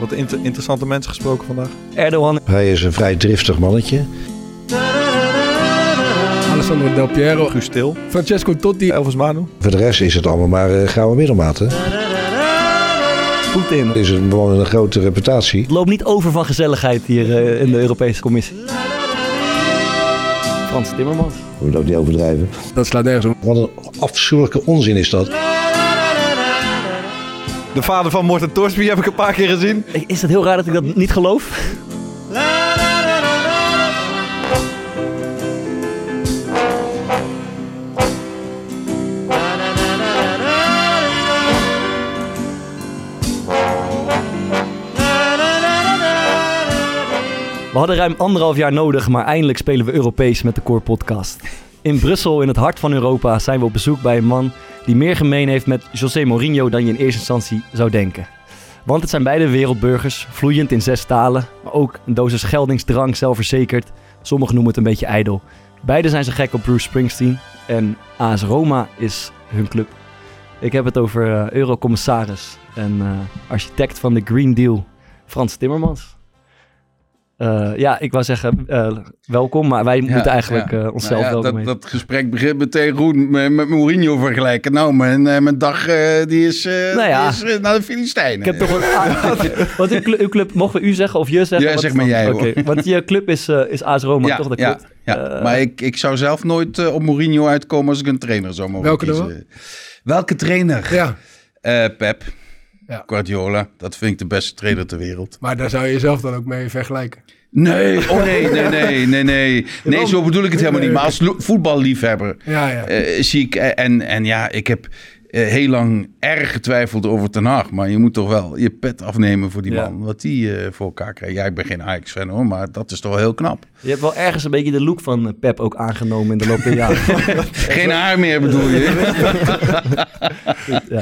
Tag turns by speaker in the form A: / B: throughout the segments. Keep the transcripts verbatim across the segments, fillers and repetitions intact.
A: Wat inter- interessante mensen gesproken vandaag.
B: Erdogan.
C: Hij is een vrij driftig mannetje.
D: Alessandro Del Piero.
A: Guus Stil.
D: Francesco Totti.
A: Elvis Manu.
C: Voor de rest is het allemaal maar uh, gouden middelmaat. Hè?
B: Poetin.
C: Het is een, gewoon een grote reputatie.
B: Het loopt niet over van gezelligheid hier uh, in de Europese Commissie. Frans Timmermans.
C: We moeten ook niet overdrijven.
D: Dat slaat nergens op.
C: Wat een afschuwelijke onzin is dat.
A: De vader van Morten Torsby heb ik een paar keer gezien.
B: Is het heel raar dat ik dat niet geloof? We hadden ruim anderhalf jaar nodig, maar eindelijk spelen we Europees met de Core Podcast. In Brussel, in het hart van Europa, zijn we op bezoek bij een man die meer gemeen heeft met José Mourinho dan je in eerste instantie zou denken. Want het zijn beide wereldburgers, vloeiend in zes talen, maar ook een dosis geldingsdrang, zelfverzekerd. Sommigen noemen het een beetje ijdel. Beide zijn ze gek op Bruce Springsteen en A S Roma is hun club. Ik heb het over uh, eurocommissaris en uh, architect van de Green Deal, Frans Timmermans. Uh, ja, ik wou zeggen uh, welkom, maar wij ja, moeten eigenlijk ja. uh, onszelf nou ja, welkom
E: dat, dat gesprek begint meteen goed met, met Mourinho vergelijken. Nou, mijn, mijn dag uh, die is, uh, nou ja. die is uh, naar de Filistijnen.
B: Ik heb toch een... Want uw club, uw club, mogen we u zeggen of je zeggen?
E: Ja, zeg maar jij
B: okay. hoor. Want je club is, uh, is A S Roma,
E: ja,
B: toch? Dat
E: ja, ja. Uh, maar ik, ik zou zelf nooit uh, op Mourinho uitkomen als ik een trainer zou mogen
D: welke
E: kiezen.
D: Dan?
E: Welke trainer?
D: Ja.
E: Uh, Pep. Ja. Guardiola. Dat vind ik de beste trainer ter wereld.
D: Maar daar zou je jezelf dan ook mee vergelijken?
E: Nee, oh nee, nee, nee, nee, nee. Nee, zo bedoel ik het helemaal niet. Maar als voetballiefhebber
D: ja, ja.
E: Uh, zie ik... En, en ja, ik heb uh, heel lang erg getwijfeld over Ten Hag. Maar je moet toch wel je pet afnemen voor die ja. man. Wat die uh, voor elkaar krijgt. Ja, ik ben geen Ajax-fan hoor, maar dat is toch wel heel knap.
B: Je hebt wel ergens een beetje de look van Pep ook aangenomen in de loop der jaren.
E: Geen haar meer bedoel je?
B: ja.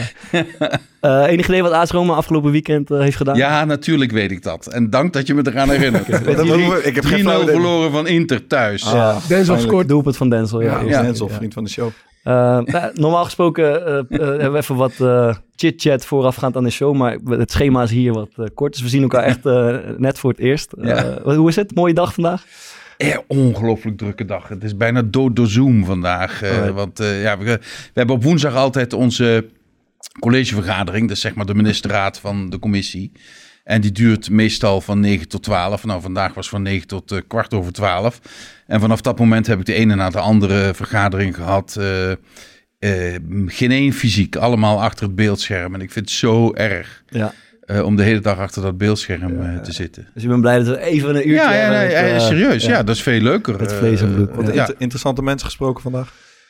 B: Uh, enig idee wat A S Roma afgelopen weekend uh, heeft gedaan?
E: Ja, natuurlijk weet ik dat. En dank dat je me eraan herinnert.
A: Ik heb
E: drie nul verloren van Inter thuis.
B: Ah, ja.
D: Denzel scoort.
B: Doelpunt van Denzel. Ja,
A: ja. ja. Denzel, vriend van de show.
B: Uh, nou, normaal gesproken uh, uh, hebben we even wat uh, chit-chat voorafgaand aan de show. Maar het schema is hier wat uh, kort. Dus we zien elkaar echt uh, net voor het eerst. Uh, ja. Hoe is het? Mooie dag vandaag?
E: Ja, ongelooflijk drukke dag. Het is bijna dood door Zoom vandaag. Uh, right. Want uh, ja, we, we hebben op woensdag altijd onze collegevergadering. Dat is zeg maar de ministerraad van de commissie. En die duurt meestal van negen tot twaalf. Nou, vandaag was van negen tot uh, kwart over twaalf. En vanaf dat moment heb ik de ene na de andere vergadering gehad. Uh, uh, geen één fysiek, allemaal achter het beeldscherm. En ik vind het zo erg ja. uh, om de hele dag achter dat beeldscherm uh, te zitten.
B: Dus je bent blij dat we even een uurtje...
E: Ja, ja, nee,
B: met, uh,
E: serieus. Ja. ja, dat is veel leuker.
B: Met vlees en bloed.
A: Uh, wat ja. inter- interessante mensen gesproken vandaag.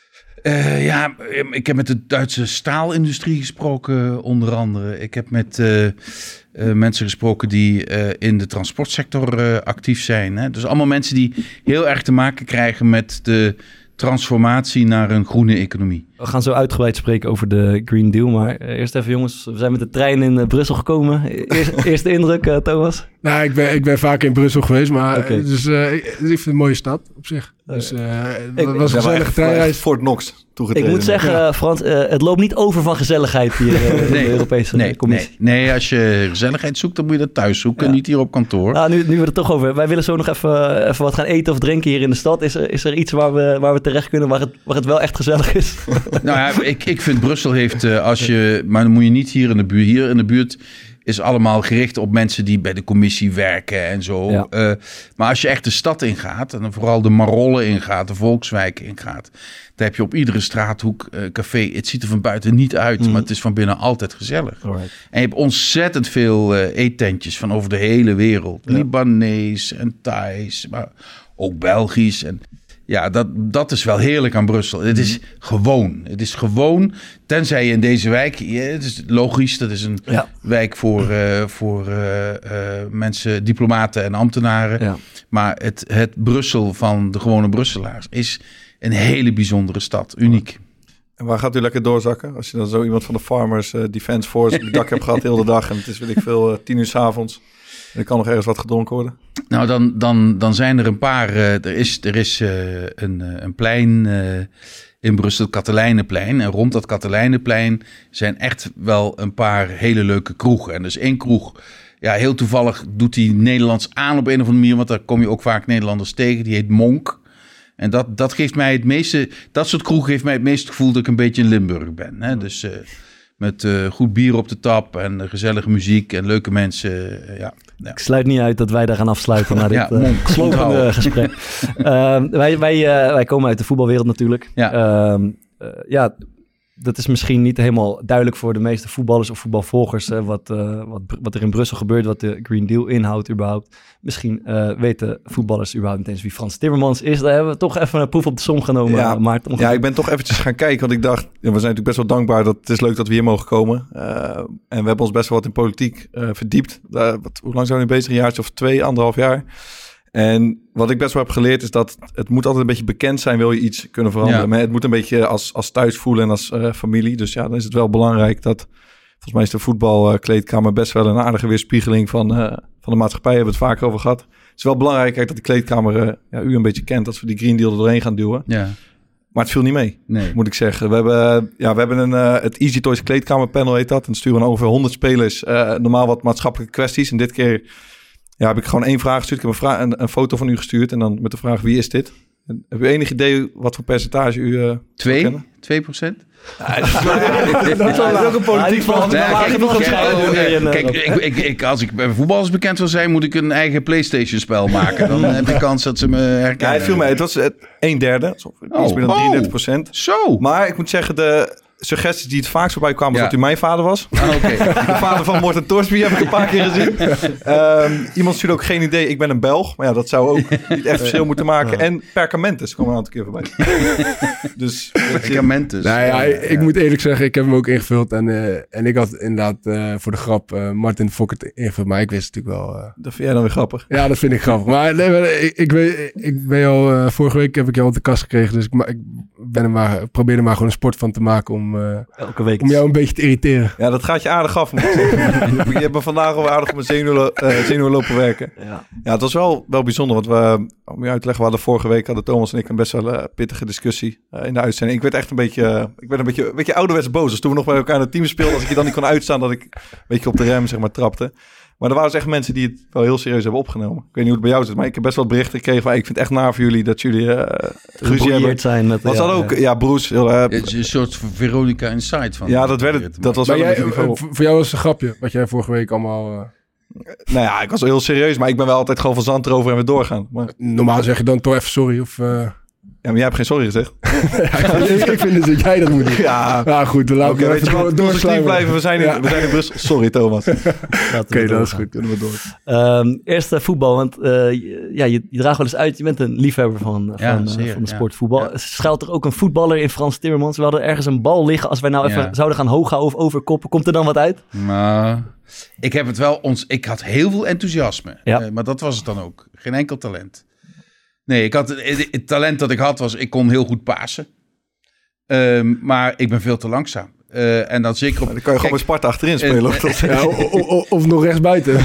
E: Uh, ja, ik heb met de Duitse staalindustrie gesproken, onder andere. Ik heb met uh, uh, mensen gesproken die uh, in de transportsector uh, actief zijn. Hè? Dus allemaal mensen die heel erg te maken krijgen met de transformatie naar een groene economie.
B: We gaan zo uitgebreid spreken over de Green Deal. Maar eerst even jongens, we zijn met de trein in uh, Brussel gekomen. Eerst, eerste indruk, uh, Thomas?
D: Nou, ik ben, ik ben vaak in Brussel geweest, maar okay. dus, uh, ik vind het een mooie stad op zich. Dus uh,
B: ik,
D: dat was een gezellige treinreis.
A: Fort Knox toegetreden.
B: Ik moet zeggen, ja. Frans, uh, het loopt niet over van gezelligheid hier uh, in
E: nee,
B: de Europese
E: nee,
B: Commissie.
E: Nee, nee, als je gezelligheid zoekt, dan moet je dat thuis zoeken, ja. niet hier op kantoor.
B: Nou, nu, nu we het toch over hebben. Wij willen zo nog even, even wat gaan eten of drinken hier in de stad. Is er, is er iets waar we, waar we terecht kunnen, waar het, waar het wel echt gezellig is?
E: Nou ja, ik, ik vind Brussel heeft, uh, als je, maar dan moet je niet hier in de buurt, hier in de buurt is allemaal gericht op mensen die bij de commissie werken en zo. Ja. Uh, maar als je echt de stad ingaat, en dan vooral de Marollen ingaat, de Volkswijk ingaat, dan heb je op iedere straathoek, uh, café. Het ziet er van buiten niet uit, mm. maar het is van binnen altijd gezellig. Alright. En je hebt ontzettend veel uh, eettentjes van over de hele wereld. Ja. Libanees en Thais, maar ook Belgisch en... Ja, dat, dat is wel heerlijk aan Brussel. Het is gewoon. Het is gewoon, tenzij je in deze wijk... Ja, het is logisch, dat is een ja. wijk voor, uh, voor uh, uh, mensen, diplomaten en ambtenaren. Ja. Maar het, het Brussel van de gewone Brusselaars is een hele bijzondere stad. Uniek.
A: En waar gaat u lekker doorzakken? Als je dan zo iemand van de Farmers uh, Defence Force op het dak hebt gehad de hele dag... en het is, weet ik veel, uh, tien uur 's avonds... en er kan nog ergens wat gedronken worden?
E: Nou, dan, dan, dan zijn er een paar... Uh, er is, er is uh, een, uh, een plein uh, in Brussel, het Katelijnenplein. En rond dat Katelijnenplein zijn echt wel een paar hele leuke kroegen. En er is één kroeg ja, heel toevallig doet hij Nederlands aan op een of andere manier. Want daar kom je ook vaak Nederlanders tegen. Die heet Monk. En dat, dat geeft mij het meeste... Dat soort kroeg geeft mij het meeste gevoel dat ik een beetje in Limburg ben. Hè? Dus uh, met uh, goed bier op de tap en uh, gezellige muziek en leuke mensen. Uh, ja, ja.
B: Ik sluit niet uit dat wij daar gaan afsluiten na dit
E: ja,
B: uh, slopende gesprek. uh, wij, wij, uh, wij komen uit de voetbalwereld natuurlijk.
E: Ja.
B: Uh, uh, ja, dat is misschien niet helemaal duidelijk voor de meeste voetballers of voetbalvolgers. Uh, wat, uh, wat, wat er in Brussel gebeurt, wat de Green Deal inhoudt überhaupt. Misschien uh, weten voetballers überhaupt niet eens wie Frans Timmermans is. Daar hebben we toch even een proef op de som genomen.
A: Ja,
B: Maarten.
A: ja, ik ben toch eventjes gaan kijken. Want ik dacht, ja, we zijn natuurlijk best wel dankbaar. Dat het is leuk dat we hier mogen komen. Uh, en we hebben ons best wel wat in politiek uh, verdiept. Uh, wat, hoe lang zijn we nu bezig? Een jaartje of twee, anderhalf jaar. En wat ik best wel heb geleerd is dat het moet altijd een beetje bekend zijn, wil je iets kunnen veranderen. Ja. Maar het moet een beetje als, als thuis voelen en als uh, familie. Dus ja, dan is het wel belangrijk dat, volgens mij is de voetbalkleedkamer best wel een aardige weerspiegeling van, uh, van de maatschappij. Hebben we het vaker over gehad. Het is wel belangrijk dat de kleedkamer uh, ja, u een beetje kent, als we die Green Deal er doorheen gaan duwen.
E: Ja.
A: Maar het viel niet mee,
E: nee.
A: moet ik zeggen. We hebben, ja, we hebben een, uh, het Easy Toys kleedkamerpanel heet dat. En dan sturen we ongeveer honderd spelers uh, normaal wat maatschappelijke kwesties. En dit keer... Ja, heb ik gewoon één vraag gestuurd. Ik heb een, vraag, een, een foto van u gestuurd en dan met de vraag, wie is dit? En heb u enig idee wat voor percentage u uh,
E: Twee? Twee procent?
A: Ja, dat is, dat is ook een politiek van.
E: Kijk, als ik bij voetballers bekend wil zijn, moet ik een eigen PlayStation spel maken. Dan heb ik kans dat ze me herkennen.
A: Ja, het viel mij. Het was een derde. Iets oh, meer dan drieëndertig procent.
E: Zo.
A: Maar ik moet zeggen, de suggesties die het vaakst voorbij kwamen, was
E: ja.
A: dat u mijn vader was.
E: Ah, okay.
A: De vader van Morten Torsby heb ik een paar keer gezien. Um, iemand stuurde ook geen idee, ik ben een Belg. Maar ja, dat zou ook niet echt verschil moeten maken. En perkamentes kwam een aantal keer voorbij. Dus
E: perkamentes.
D: Nou ja, ik ja. moet eerlijk zeggen, ik heb hem ook ingevuld. En, uh, en ik had inderdaad uh, voor de grap uh, Martin Fokkert ingevuld. Maar ik wist natuurlijk wel... Uh...
A: Dat vind jij dan weer grappig.
D: Ja, dat vind ik grappig. Maar nee, maar, ik, ik, weet, ik ben al... Uh, vorige week heb ik jou op de kast gekregen. Dus ik, ik ben er maar, ik probeer er maar gewoon een sport van te maken om... Uh,
B: Elke week.
D: Om jou een beetje te irriteren.
A: Ja, dat gaat je aardig af. Je hebt me vandaag al aardig op mijn zenuwen, uh, zenuwen lopen werken. Ja. ja, het was wel, wel bijzonder. Want we, om je uit te leggen, we hadden vorige week hadden Thomas en ik een best wel uh, pittige discussie uh, in de uitzending. Ik werd echt een beetje, uh, ik werd een beetje, een beetje ouderwets boos. Dus toen we nog bij elkaar in het team speelden, als ik je dan niet kon uitstaan, dat ik een beetje op de rem zeg maar trapte. Maar er waren dus echt mensen die het wel heel serieus hebben opgenomen. Ik weet niet hoe het bij jou zit, maar ik heb best wel berichten gekregen van... Hey, ik vind het echt naar voor jullie dat jullie uh, ruzie hebben.
B: Zijn met,
A: was
B: ja,
A: dat ook?
B: Ja,
A: ja Bruce. Heel, uh,
E: het is een soort Veronica Inside van...
A: Ja, dat werd het. Dat was
D: maar
A: wel
D: jij,
A: een
D: uh, voor jou was het een grapje, wat jij vorige week allemaal... Uh...
A: Nou ja, ik was heel serieus, maar ik ben wel altijd gewoon van zand erover en weer doorgaan. Maar...
D: Normaal zeg je dan toch even sorry of... Uh...
A: Ja, maar jij hebt geen sorry gezegd.
D: ja, ik, ik vind dus dat jij dat moet doen.
A: Ja,
D: nou goed, dan laten we
A: okay,
D: even doorslaan.
A: blijven. We zijn in, ja. we zijn in Brussel. Sorry, Thomas.
D: Oké, okay, dat is goed. Kunnen we door.
B: Um, eerst uh, voetbal, want uh, ja, je, je draagt wel eens uit. Je bent een liefhebber van,
E: ja,
B: van,
E: zeer,
B: uh, van de
E: ja.
B: sport voetbal. Ja. Schuilt er ook een voetballer in Frans Timmermans? We hadden ergens een bal liggen. Als wij nou even ja. zouden gaan hoog houden of overkoppen, komt er dan wat uit?
E: Maar ik heb het wel... Ons, ik had heel veel enthousiasme. Ja. Uh, maar dat was het dan ook. Geen enkel talent. Nee, ik had, het, het talent dat ik had was, ik kon heel goed pasen. Um, maar ik ben veel te langzaam. Uh, en dan zeker op...
A: Dan kan je gewoon met Sparta achterin spelen. Uh, of,
D: ja, of, of, of nog rechtsbuiten.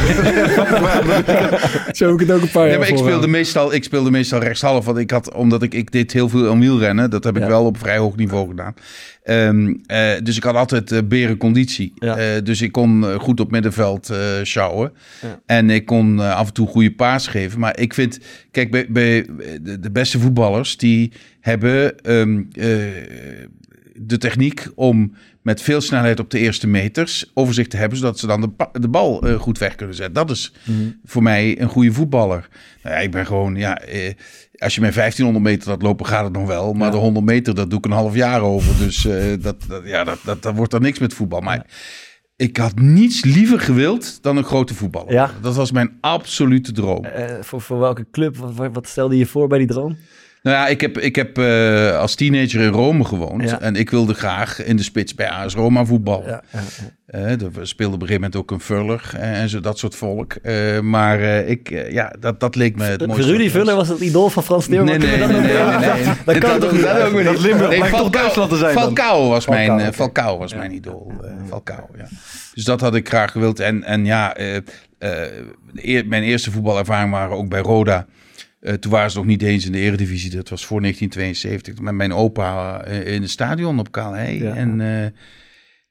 D: Zo heb ik het ook een paar
E: nee,
D: jaar
E: maar ik speelde, meestal, ik speelde meestal rechtshalf. Want ik had, omdat ik, ik deed heel veel om wielrennen. Dat heb ik ja. wel op vrij hoog niveau gedaan. Um, uh, dus ik had altijd uh, berenconditie. Ja. Uh, dus ik kon uh, goed op middenveld uh, sjouwen. Ja. En ik kon uh, af en toe goede paas geven. Maar ik vind... Kijk, bij, bij de, de beste voetballers... die hebben um, uh, de techniek om... met veel snelheid op de eerste meters overzicht te hebben... zodat ze dan de, pa- de bal uh, goed weg kunnen zetten. Dat is mm-hmm. voor mij een goede voetballer. Nou ja, ik ben gewoon... ja. Uh, als je met vijftienhonderd meter laat lopen, gaat het nog wel. Maar ja. de honderd meter, dat doe ik een half jaar over. Dus uh, dat, dat, ja, dat, dat, dat wordt dan niks met voetbal. Maar ja. ik had niets liever gewild dan een grote voetballer. Ja. Dat was mijn absolute droom.
B: Uh, voor, voor welke club? Wat, wat stelde je voor bij die droom?
E: Nou ja, ik heb, ik heb uh, als teenager in Rome gewoond. Ja. En ik wilde graag in de spits bij A S Roma voetballen. Ja, ja, ja. Uh, er speelde op een gegeven moment ook een Vuller en zo, dat soort volk. Uh, maar uh, ik, uh, ja, dat, dat leek me het mooiste.
B: Rudy Vuller was het idool van Frans Timmermans.
E: Nee, nee, nee. nee, nee, nee, nee.
B: Dat kan toch niet?
E: Dat ook weer niet.
A: Limburg
E: nee,
A: lijkt toch Duitsland te zijn dan?
E: Falcao was
A: Falcao,
E: mijn, uh,
A: okay.
E: Falcao was ja. mijn idool. Uh, Falcao, ja. Dus dat had ik graag gewild. En, en ja, uh, uh, mijn eerste voetbalervaring waren ook bij Roda. Uh, toen waren ze nog niet eens in de Eredivisie. Dat was voor negentien tweeënzeventig. Met mijn opa uh, in het stadion op Kaalhei. Ja. En uh,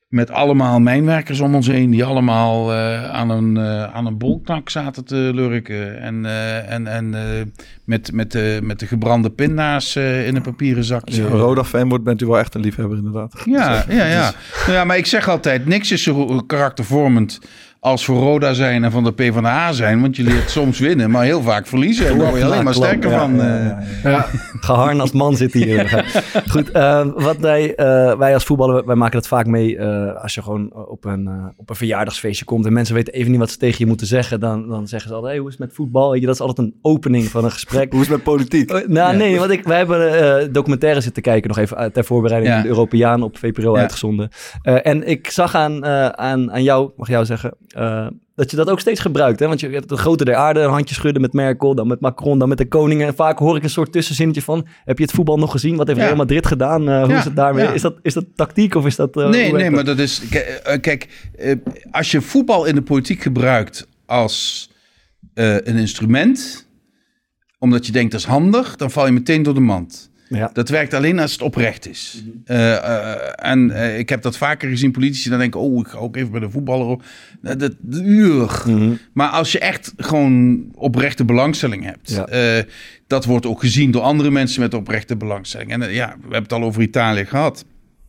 E: met allemaal mijnwerkers om ons heen die allemaal uh, aan, een, uh, aan een bolknak zaten te lurken. En, uh, en, en uh, met, met, de, met de gebrande pinda's uh, in een papieren zakje.
A: Als je een Roda-fan wordt, bent u wel echt een liefhebber inderdaad.
E: Ja, ja, ja. Nou ja, maar ik zeg altijd, niks is zo karaktervormend als voor Roda zijn en van de PvdA zijn. Want je leert soms winnen, maar heel vaak verliezen. En daar word je alleen maar sterker van.
A: Ja, ja, ja, ja.
D: Ja.
B: Geharnast man zit hier. Goed, uh, wat wij, uh, wij als voetballer, wij maken dat vaak mee uh, als je gewoon op een, uh, op een verjaardagsfeestje komt en mensen weten even niet wat ze tegen je moeten zeggen. Dan, dan zeggen ze altijd, hey, hoe is het met voetbal? Weet je, dat is altijd een opening van een gesprek.
A: Hoe is het met politiek?
B: Uh, nou, ja. nee, want ik, wij hebben uh, documentaire zitten kijken nog even uh, ter voorbereiding van ja. de Europeaan op V P R O ja. uitgezonden. Uh, en ik zag aan, uh, aan, aan jou, mag jou zeggen, uh, dat je dat ook steeds gebruikt. Hè? Want je hebt de grote der aarde, een handje schudden met Merkel, dan met Macron, dan met de koningen. En vaak hoor ik een soort tussenzinnetje van, heb je het voetbal nog gezien? Wat heeft ja. Real Madrid gedaan? Uh, hoe ja. is het daarmee? Ja. Is, dat, is dat tactiek of is dat... Uh,
E: nee, nee, dat? maar dat is... Kijk, uh, als je voetbal in de politiek gebruikt als uh, een instrument, omdat je denkt dat is handig, dan val je meteen door de mand. Ja. Dat werkt alleen als het oprecht is. Uh, uh, en uh, ik heb dat vaker gezien, politici dan denken, oh, ik ga ook even bij de voetballer op. Uh, dat, uh. mm-hmm. Maar als je echt gewoon oprechte belangstelling hebt, ja. uh, dat wordt ook gezien door andere mensen met oprechte belangstelling. En uh, ja, we hebben het al over Italië gehad.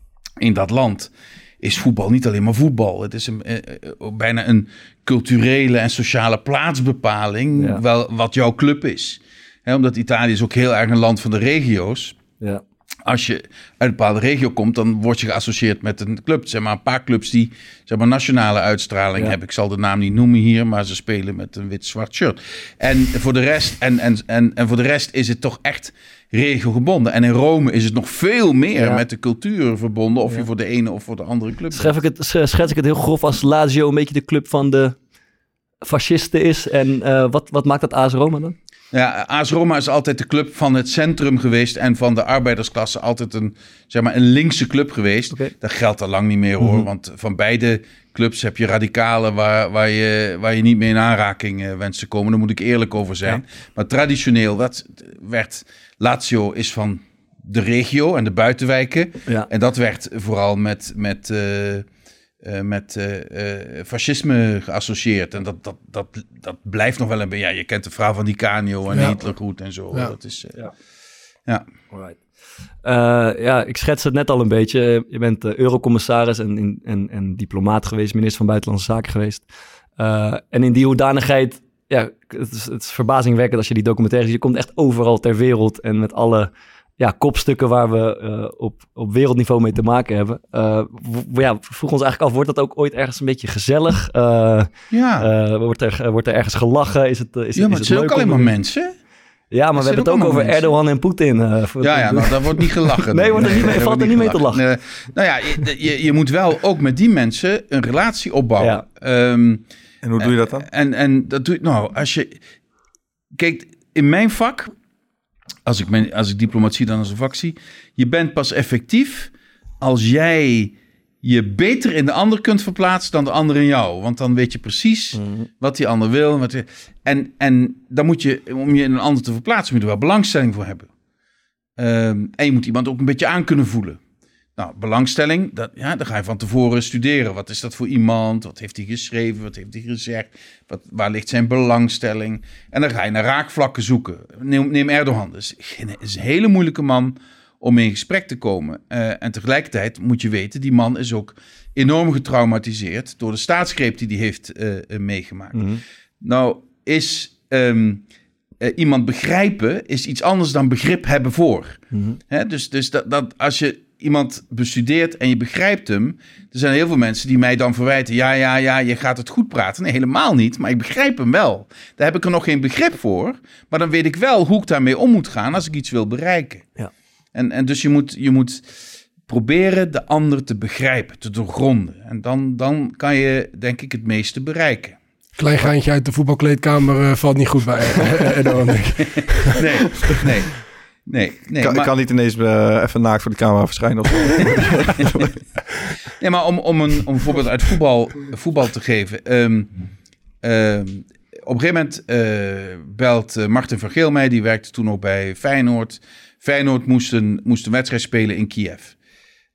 E: In dat land is voetbal niet alleen maar voetbal. Het is een, uh, uh, bijna een culturele en sociale plaatsbepaling, ja. wel wat jouw club is. He, omdat Italië is ook heel erg een land van de regio's. Ja. Als je uit een bepaalde regio komt, dan word je geassocieerd met een club. Er zijn maar een paar clubs die zeg maar, nationale uitstraling ja. hebben. Ik zal de naam niet noemen hier, maar ze spelen met een wit-zwart shirt. En voor de rest, en, en, en, en voor de rest is het toch echt regiogebonden. En in Rome is het nog veel meer ja. met de cultuur verbonden. Of ja. je voor de ene of voor de andere club
B: Schrijf ik het, schets ik het heel grof als Lazio een beetje de club van de fascisten is. En uh, wat, wat maakt dat A S Roma dan?
E: Ja, A S Roma is altijd de club van het centrum geweest en van de arbeidersklasse altijd een, zeg maar, een linkse club geweest. Okay. Dat geldt al lang niet meer hoor, mm-hmm. want van beide clubs heb je radicalen waar, waar, je, waar je niet mee in aanraking uh, wenst te komen. Daar moet ik eerlijk over zijn. Ja. Maar traditioneel dat werd, Lazio is van de regio en de buitenwijken. Ja. En dat werd vooral met... met uh, Uh, met uh, uh, fascisme geassocieerd. En dat, dat, dat, dat blijft nog wel een beetje... Ja, je kent de vrouw van Di Canio en ja. Hitler goed en zo. Ja. Dat is... Uh, ja. ja.
B: Alright. Uh, ja, ik schets het net al een beetje. Je bent uh, eurocommissaris en, en, en diplomaat geweest, minister van Buitenlandse Zaken geweest. Uh, en in die hoedanigheid... Ja, het is, het is verbazingwekkend als je die documentaire ziet. Je komt echt overal ter wereld en met alle... Ja, kopstukken waar we uh, op, op wereldniveau mee te maken hebben. Uh, w- ja, we vroegen ons eigenlijk af, wordt dat ook ooit ergens een beetje gezellig? Uh, ja. Uh, wordt, er, wordt er ergens gelachen? Is het, is,
E: ja, maar
B: is
E: het zijn ook alleen maar mensen.
B: Ja, maar we hebben het ook over mensen. Erdogan en Poetin. Uh,
E: ja, ja, nou, daar wordt niet gelachen.
B: nee, wordt er niet mee, valt er niet mee te lachen.
E: Nee, nou ja, je, je, je moet wel ook met die mensen een relatie opbouwen. Ja. Um,
A: en hoe doe je dat dan?
E: En, en dat doe je, nou, als je... Kijk, in mijn vak... Als ik, mijn, als ik diplomatie dan als een vak zie. Je bent pas effectief als jij je beter in de ander kunt verplaatsen dan de ander in jou. Want dan weet je precies mm-hmm. wat die ander wil. Wat je, en, en dan moet je, om je in een ander te verplaatsen, moet je er wel belangstelling voor hebben. Um, en je moet iemand ook een beetje aan kunnen voelen. Nou, belangstelling, dat, ja, dan ga je van tevoren studeren. Wat is dat voor iemand? Wat heeft hij geschreven? Wat heeft hij gezegd? Wat, waar ligt zijn belangstelling? En dan ga je naar raakvlakken zoeken. Neem, neem Erdogan. Dat is, is een hele moeilijke man om in gesprek te komen. Uh, en tegelijkertijd moet je weten, die man is ook enorm getraumatiseerd door de staatsgreep die hij heeft uh, uh, meegemaakt. Mm-hmm. Nou, is... Um, Uh, iemand begrijpen is iets anders dan begrip hebben voor. Mm-hmm. Hè? Dus, dus dat, dat als je iemand bestudeert en je begrijpt hem... er zijn heel veel mensen die mij dan verwijten... ja, ja, ja, je gaat het goed praten. Nee, helemaal niet, maar ik begrijp hem wel. Daar heb ik er nog geen begrip voor... maar dan weet ik wel hoe ik daarmee om moet gaan... als ik iets wil bereiken. Ja. En, en dus je moet, je moet proberen de ander te begrijpen, te doorgronden. En dan, dan kan je, denk ik, het meeste bereiken.
D: Klein geintje uit de voetbalkleedkamer uh, valt niet goed bij.
E: nee, nee, nee. nee
A: kan,
E: maar,
A: kan niet ineens uh, even naakt voor de camera verschijnen. Of
E: nee, maar om, om, een, om een voorbeeld uit voetbal, voetbal te geven. Um, um, op een gegeven moment uh, belt uh, Martin van Geel mij. Die werkte toen nog bij Feyenoord. Feyenoord moest een, moest een wedstrijd spelen in Kiev.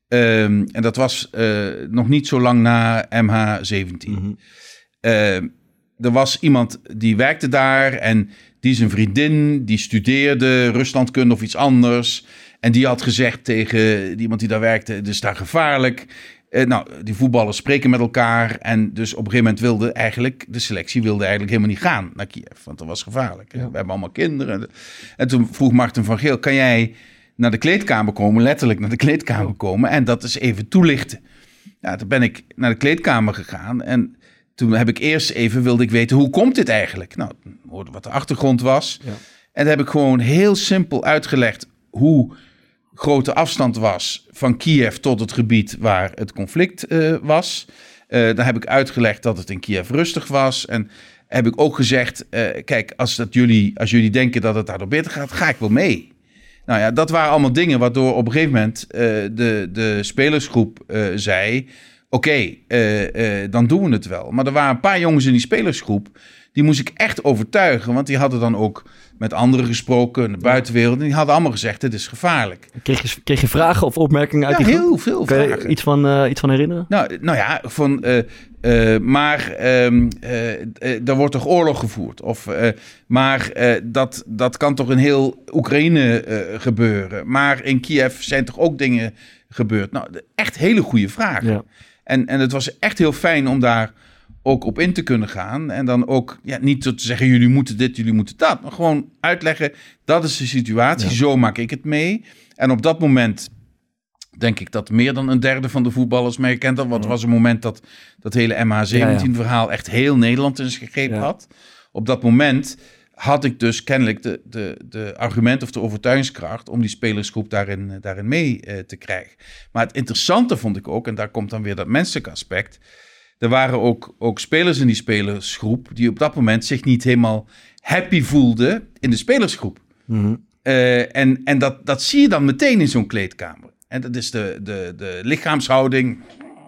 E: Um, en dat was uh, nog niet zo lang na M H zeventien. Mm-hmm. Uh, er was iemand die werkte daar en die is een vriendin, die studeerde Ruslandkunde of iets anders. En die had gezegd tegen iemand die daar werkte, het is daar gevaarlijk. Uh, nou, die voetballers spreken met elkaar. En dus op een gegeven moment wilde eigenlijk, de selectie wilde eigenlijk helemaal niet gaan naar Kiev. Want dat was gevaarlijk. Ja. We hebben allemaal kinderen. En toen vroeg Martin van Geel, kan jij naar de kleedkamer komen, letterlijk naar de kleedkamer komen en dat is even toelichten. Ja, toen ben ik naar de kleedkamer gegaan en toen heb ik eerst even, wilde ik weten, hoe komt dit eigenlijk? Nou, hoorde wat de achtergrond was. Ja. En dan heb ik gewoon heel simpel uitgelegd hoe grote afstand was van Kiev tot het gebied waar het conflict uh, was. Uh, dan heb ik uitgelegd dat het in Kiev rustig was. En heb ik ook gezegd, uh, kijk, als, dat jullie, als jullie denken dat het daardoor beter gaat, ga ik wel mee. Nou ja, dat waren allemaal dingen waardoor op een gegeven moment uh, de, de spelersgroep uh, zei, oké, okay, uh, uh, dan doen we het wel. Maar er waren een paar jongens in die spelersgroep, die moest ik echt overtuigen. Want die hadden dan ook met anderen gesproken in de buitenwereld. En die hadden allemaal gezegd, dit is gevaarlijk.
B: Kreeg je, kreeg je vragen of opmerkingen uit
E: ja,
B: die groep?
E: heel veel
B: Kun je
E: vragen.
B: Iets van, uh, iets van herinneren?
E: Nou, nou ja, van, uh, uh, maar um, uh, uh, er wordt toch oorlog gevoerd? Of, uh, maar uh, dat, dat kan toch in heel Oekraïne uh, gebeuren? Maar in Kiev zijn toch ook dingen gebeurd? Nou, echt hele goede vragen. Ja. En, en het was echt heel fijn om daar ook op in te kunnen gaan. En dan ook ja, niet te zeggen, jullie moeten dit, jullie moeten dat. Maar gewoon uitleggen, dat is de situatie. Ja. Zo maak ik het mee. En op dat moment denk ik dat meer dan een derde van de voetballers mij kent. Want het was een moment dat dat hele M H zeventien verhaal echt heel Nederland in zijn gegrepen ja. had. Op dat moment had ik dus kennelijk de, de, de argument of de overtuigingskracht om die spelersgroep daarin, daarin mee uh, te krijgen. Maar het interessante vond ik ook, en daar komt dan weer dat menselijke aspect. Er waren ook, ook spelers in die spelersgroep die op dat moment zich niet helemaal happy voelden in de spelersgroep. Mm-hmm. Uh, en en dat, dat zie je dan meteen in zo'n kleedkamer. En dat is de, de, de lichaamshouding.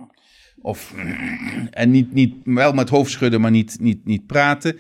E: Of, en niet, niet, wel met hoofd schudden, maar niet, niet, niet praten.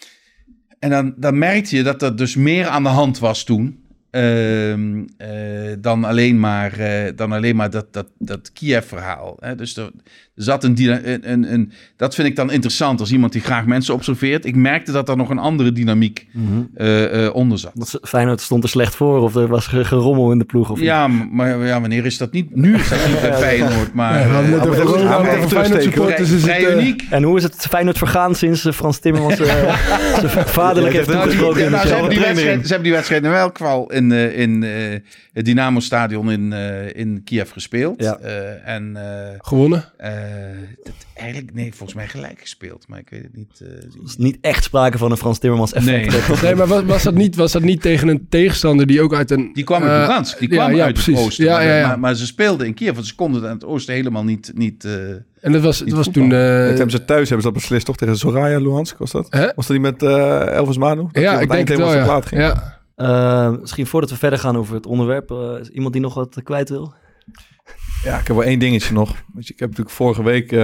E: En dan, dan merkte je dat er dus meer aan de hand was toen. Uh, uh, dan alleen maar, uh, dan alleen maar dat, dat, dat Kiev-verhaal. Hè? Dus er, er zat een, een, een, een... Dat vind ik dan interessant als iemand die graag mensen observeert. Ik merkte dat er nog een andere dynamiek mm-hmm. uh, uh, onder zat.
B: Dat Feyenoord stond er slecht voor of er was gerommel in de ploeg? Of
E: ja, maar ja, wanneer is dat niet? Nu is dat niet bij Feyenoord, maar... Ja,
D: we moeten even gewoon over Feyenoord supporters. Is
E: vrij
D: het, uh...
E: uniek.
B: En hoe is het Feyenoord vergaan sinds uh, Frans Timmermans uh, zijn vaderlijk heeft toegesproken?
E: Ja, nou, ze, hebben ze hebben die wedstrijd in welk geval in, uh, in uh, het Dynamo-stadion in, uh, in Kiev gespeeld. Ja. Uh, en, uh,
D: Gewonnen?
E: Uh, dat, eigenlijk, nee, volgens mij gelijk gespeeld, maar ik weet het niet. Uh,
B: het is niet echt sprake van een Frans Timmermans effect.
E: Nee,
D: nee maar was, was, dat niet, was dat niet tegen een tegenstander die ook uit een...
E: Die kwam uit Lugansk, die kwam ja, ja, uit
D: precies.
E: het oosten.
D: Ja, ja, ja.
E: Maar, maar ze speelden in Kiev, want ze konden aan het oosten helemaal niet... niet uh,
D: en dat was, dat was toen... Uh,
A: dat hebben ze thuis hebben ze dat beslist, toch? Tegen Zoraya Luhansk, was dat? Hè? Was dat niet met uh, Elvis Manu? Dat
D: ja, ik denk het wel, ja.
B: ja. Uh, misschien voordat we verder gaan over het onderwerp, uh, is iemand die nog wat kwijt wil?
A: Ja, ik heb wel één dingetje nog. Weet je, ik heb natuurlijk vorige week... Uh,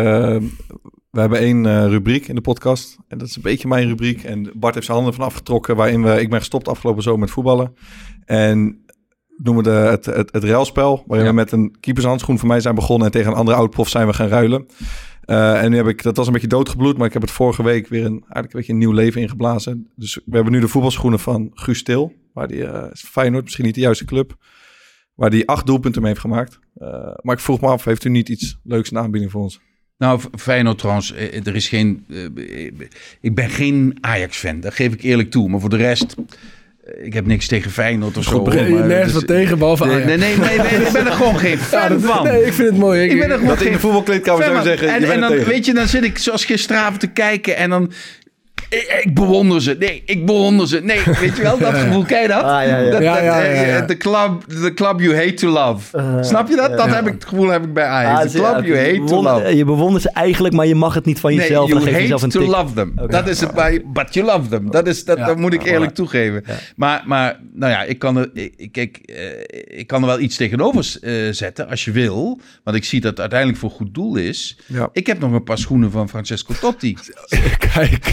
A: we hebben één uh, rubriek in de podcast. En dat is een beetje mijn rubriek. En Bart heeft zijn handen van afgetrokken. Waarin we, ik ben gestopt afgelopen zomer met voetballen. En noemen we het, het, het ruilspel. Waarin ja. we met een keepershandschoen voor mij zijn begonnen. En tegen een andere oud-prof zijn we gaan ruilen. Uh, en nu heb ik, dat was een beetje doodgebloed. Maar ik heb het vorige week weer een, eigenlijk een beetje een nieuw leven ingeblazen. Dus we hebben nu de voetbalschoenen van Guus Til. Waar die uh, Feyenoord, misschien niet de juiste club. Waar die acht doelpunten mee heeft gemaakt. Uh, maar ik vroeg me af, heeft u niet iets leuks in aanbieding voor ons?
E: Nou, Feyenoord trouwens, er is geen... Uh, ik ben geen Ajax-fan, dat geef ik eerlijk toe. Maar voor de rest, ik heb niks tegen Feyenoord of zo.
D: Je nergens wat tegen, behalve Ajax.
E: Nee, nee, nee, nee, ik ben er gewoon geen fan ja, dat, van.
D: Nee, ik vind het mooi. Ik,
E: ik ben er gewoon
A: dat
E: geen
A: in de voetbalkleedkamer zou je zeggen,
E: en,
A: je
E: en dan,
A: tegen.
E: weet je, dan zit ik zoals gisteravond te kijken en dan... Ik, ik bewonder ze. Nee, ik bewonder ze. Nee, weet je wel, dat gevoel, ken je dat?
B: Ah, ja, ja.
E: Dat,
D: ja,
E: dat
D: ja, ja, ja.
E: The club, the club you hate to love. Uh, Snap je dat? Dat ja. heb ik het gevoel heb ik bij Ajax. Ah, the club ja, you hate bewonder, to love.
B: Je bewondert ze eigenlijk, maar je mag het niet van jezelf.
E: Nee, you hate
B: jezelf een
E: to
B: tik.
E: love them. Okay. Dat is het bij, but you love them. Dat, is, dat, ja, dat moet ik eerlijk ja. toegeven. Ja. Maar, maar, nou ja, ik kan er, ik, kijk, uh, ik kan er wel iets tegenover uh, zetten als je wil. Want ik zie dat het uiteindelijk voor goed doel is. Ja. Ik heb nog een paar schoenen van Francesco Totti.
D: Kijk eens.
A: Ja,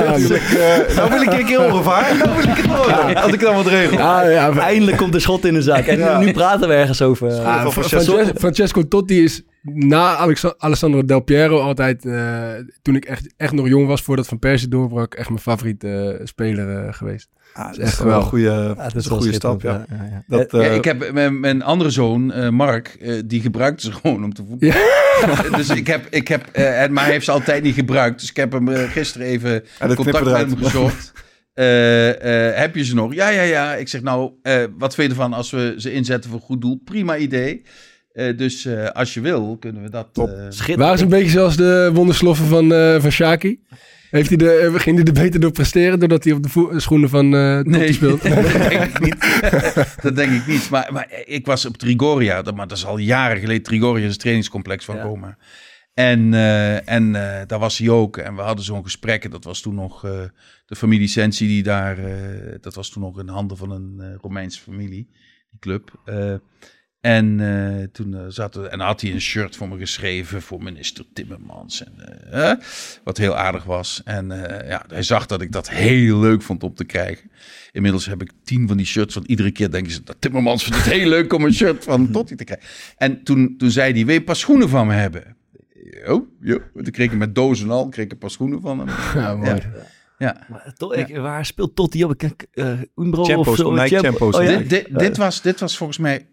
A: natuurlijk, uh, nou wil ik een keer ongevaar. Nou wil ik het horen. Als ik dan wat regel.
B: Ja, ja, eindelijk komt de schot in de zaak. En ja. nu praten we ergens over.
D: Ah, uh, Francesco, Francesco Totti is na Alex- Alessandro Del Piero altijd, uh, toen ik echt, echt nog jong was, voordat Van Persie doorbrak, echt mijn favoriete uh, speler uh, geweest.
A: Ah, dat is echt wel een goede, ja, dat is een goede stap, ja. ja, ja. Dat, uh,
E: ja ik heb mijn, mijn andere zoon, uh, Mark, uh, die gebruikte ze gewoon om te voetballen. Ja. Dus ik heb, ik heb uh, maar hij heeft ze altijd niet gebruikt. Dus ik heb hem uh, gisteren even ja, contact met hem gezocht. Uh, uh, heb je ze nog? Ja, ja, ja. Ik zeg nou, uh, wat vind je ervan als we ze inzetten voor een goed doel? Prima idee. Uh, dus uh, als je wil, kunnen we dat... Uh...
D: Waren ze een beetje zoals de wondersloffen van, uh, van Shaki? Heeft hij de, ging hij er beter door presteren doordat hij op de vo- schoenen van uh, Totti nee, speelt?
E: dat denk ik niet. dat denk ik niet. Maar, maar ik was op Trigoria, dat, maar dat is al jaren geleden. Trigoria is een trainingscomplex van ja. Roma. En, uh, en uh, daar was hij ook. En we hadden zo'n gesprek. En dat was toen nog uh, de familie Sensi die daar... Uh, dat was toen nog in handen van een uh, Romeinse familie, die club. Uh, En uh, toen uh, zat er, en had hij een shirt voor me geschreven voor minister Timmermans. En, uh, wat heel aardig was. En uh, ja, hij zag dat ik dat heel leuk vond om te krijgen. Inmiddels heb ik tien van die shirts. Want iedere keer denken ze dat Timmermans vindt het heel leuk om een shirt van Totti te krijgen. En toen, toen zei hij, wil je een paar schoenen van me hebben? Oh, ja. Toen kreeg ik met dozen al, kreeg ik een paar schoenen van hem.
D: Ja, mooi. Ja.
E: Ja.
B: Maar to- ik, ja. Waar speelt Totti op? Ik uh, Umbro
A: Champos,
B: of zo?
A: Nike Champos.
B: Oh, ja.
E: dit, dit, dit, was, dit was volgens mij...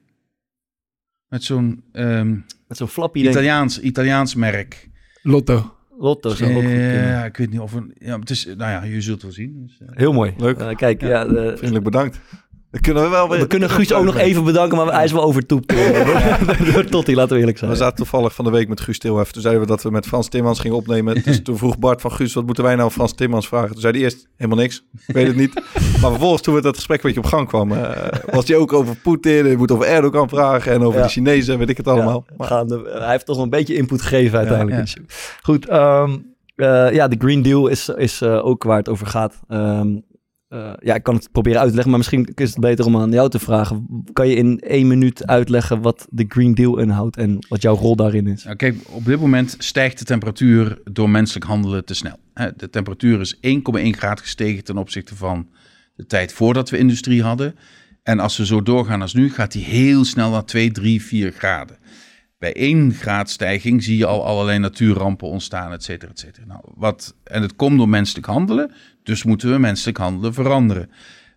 E: Met zo'n, um,
B: met zo'n flappy
E: Italiaans, Italiaans merk.
D: Lotto.
B: Lotto zou ook goed kunnen.
E: Ja, ik weet niet of een... Ja, het is, nou ja, je zult wel zien. Dus, uh.
B: Heel mooi.
A: Leuk.
B: Uh, kijk, ja. ja de,
A: Vriendelijk bedankt. Dat kunnen we wel weer.
B: We kunnen Guus ook nog even bedanken, maar hij is wel overtoept door Totti, laten we eerlijk zijn.
A: We zaten toevallig van de week met Guus Tilhef. Toen zeiden we dat we met Frans Timmermans gingen opnemen. Dus toen vroeg Bart van Guus, wat moeten wij nou Frans Timmermans vragen? Toen zei hij eerst helemaal niks. Ik weet het niet. Maar vervolgens toen we dat gesprek een beetje op gang kwam, uh, was hij ook over Poetin. Je moet over Erdogan vragen en over ja. de Chinezen, weet ik het allemaal.
B: Ja, maar... de, hij heeft toch wel een beetje input gegeven uiteindelijk. Ja, ja. Goed, um, uh, ja, de Green Deal is, is uh, ook waar het over gaat. Um, Uh, ja, ik kan het proberen uit te leggen, maar misschien is het beter om aan jou te vragen. Kan je in één minuut uitleggen wat de Green Deal inhoudt en wat jouw rol daarin is?
E: Nou, kijk, op dit moment stijgt de temperatuur door menselijk handelen te snel. De temperatuur is één komma één graad gestegen ten opzichte van de tijd voordat we industrie hadden. En als we zo doorgaan als nu, gaat die heel snel naar twee, drie, vier graden. Bij één graad stijging zie je al allerlei natuurrampen ontstaan, et cetera, et cetera. Nou, wat, en het komt door menselijk handelen, dus moeten we menselijk handelen veranderen.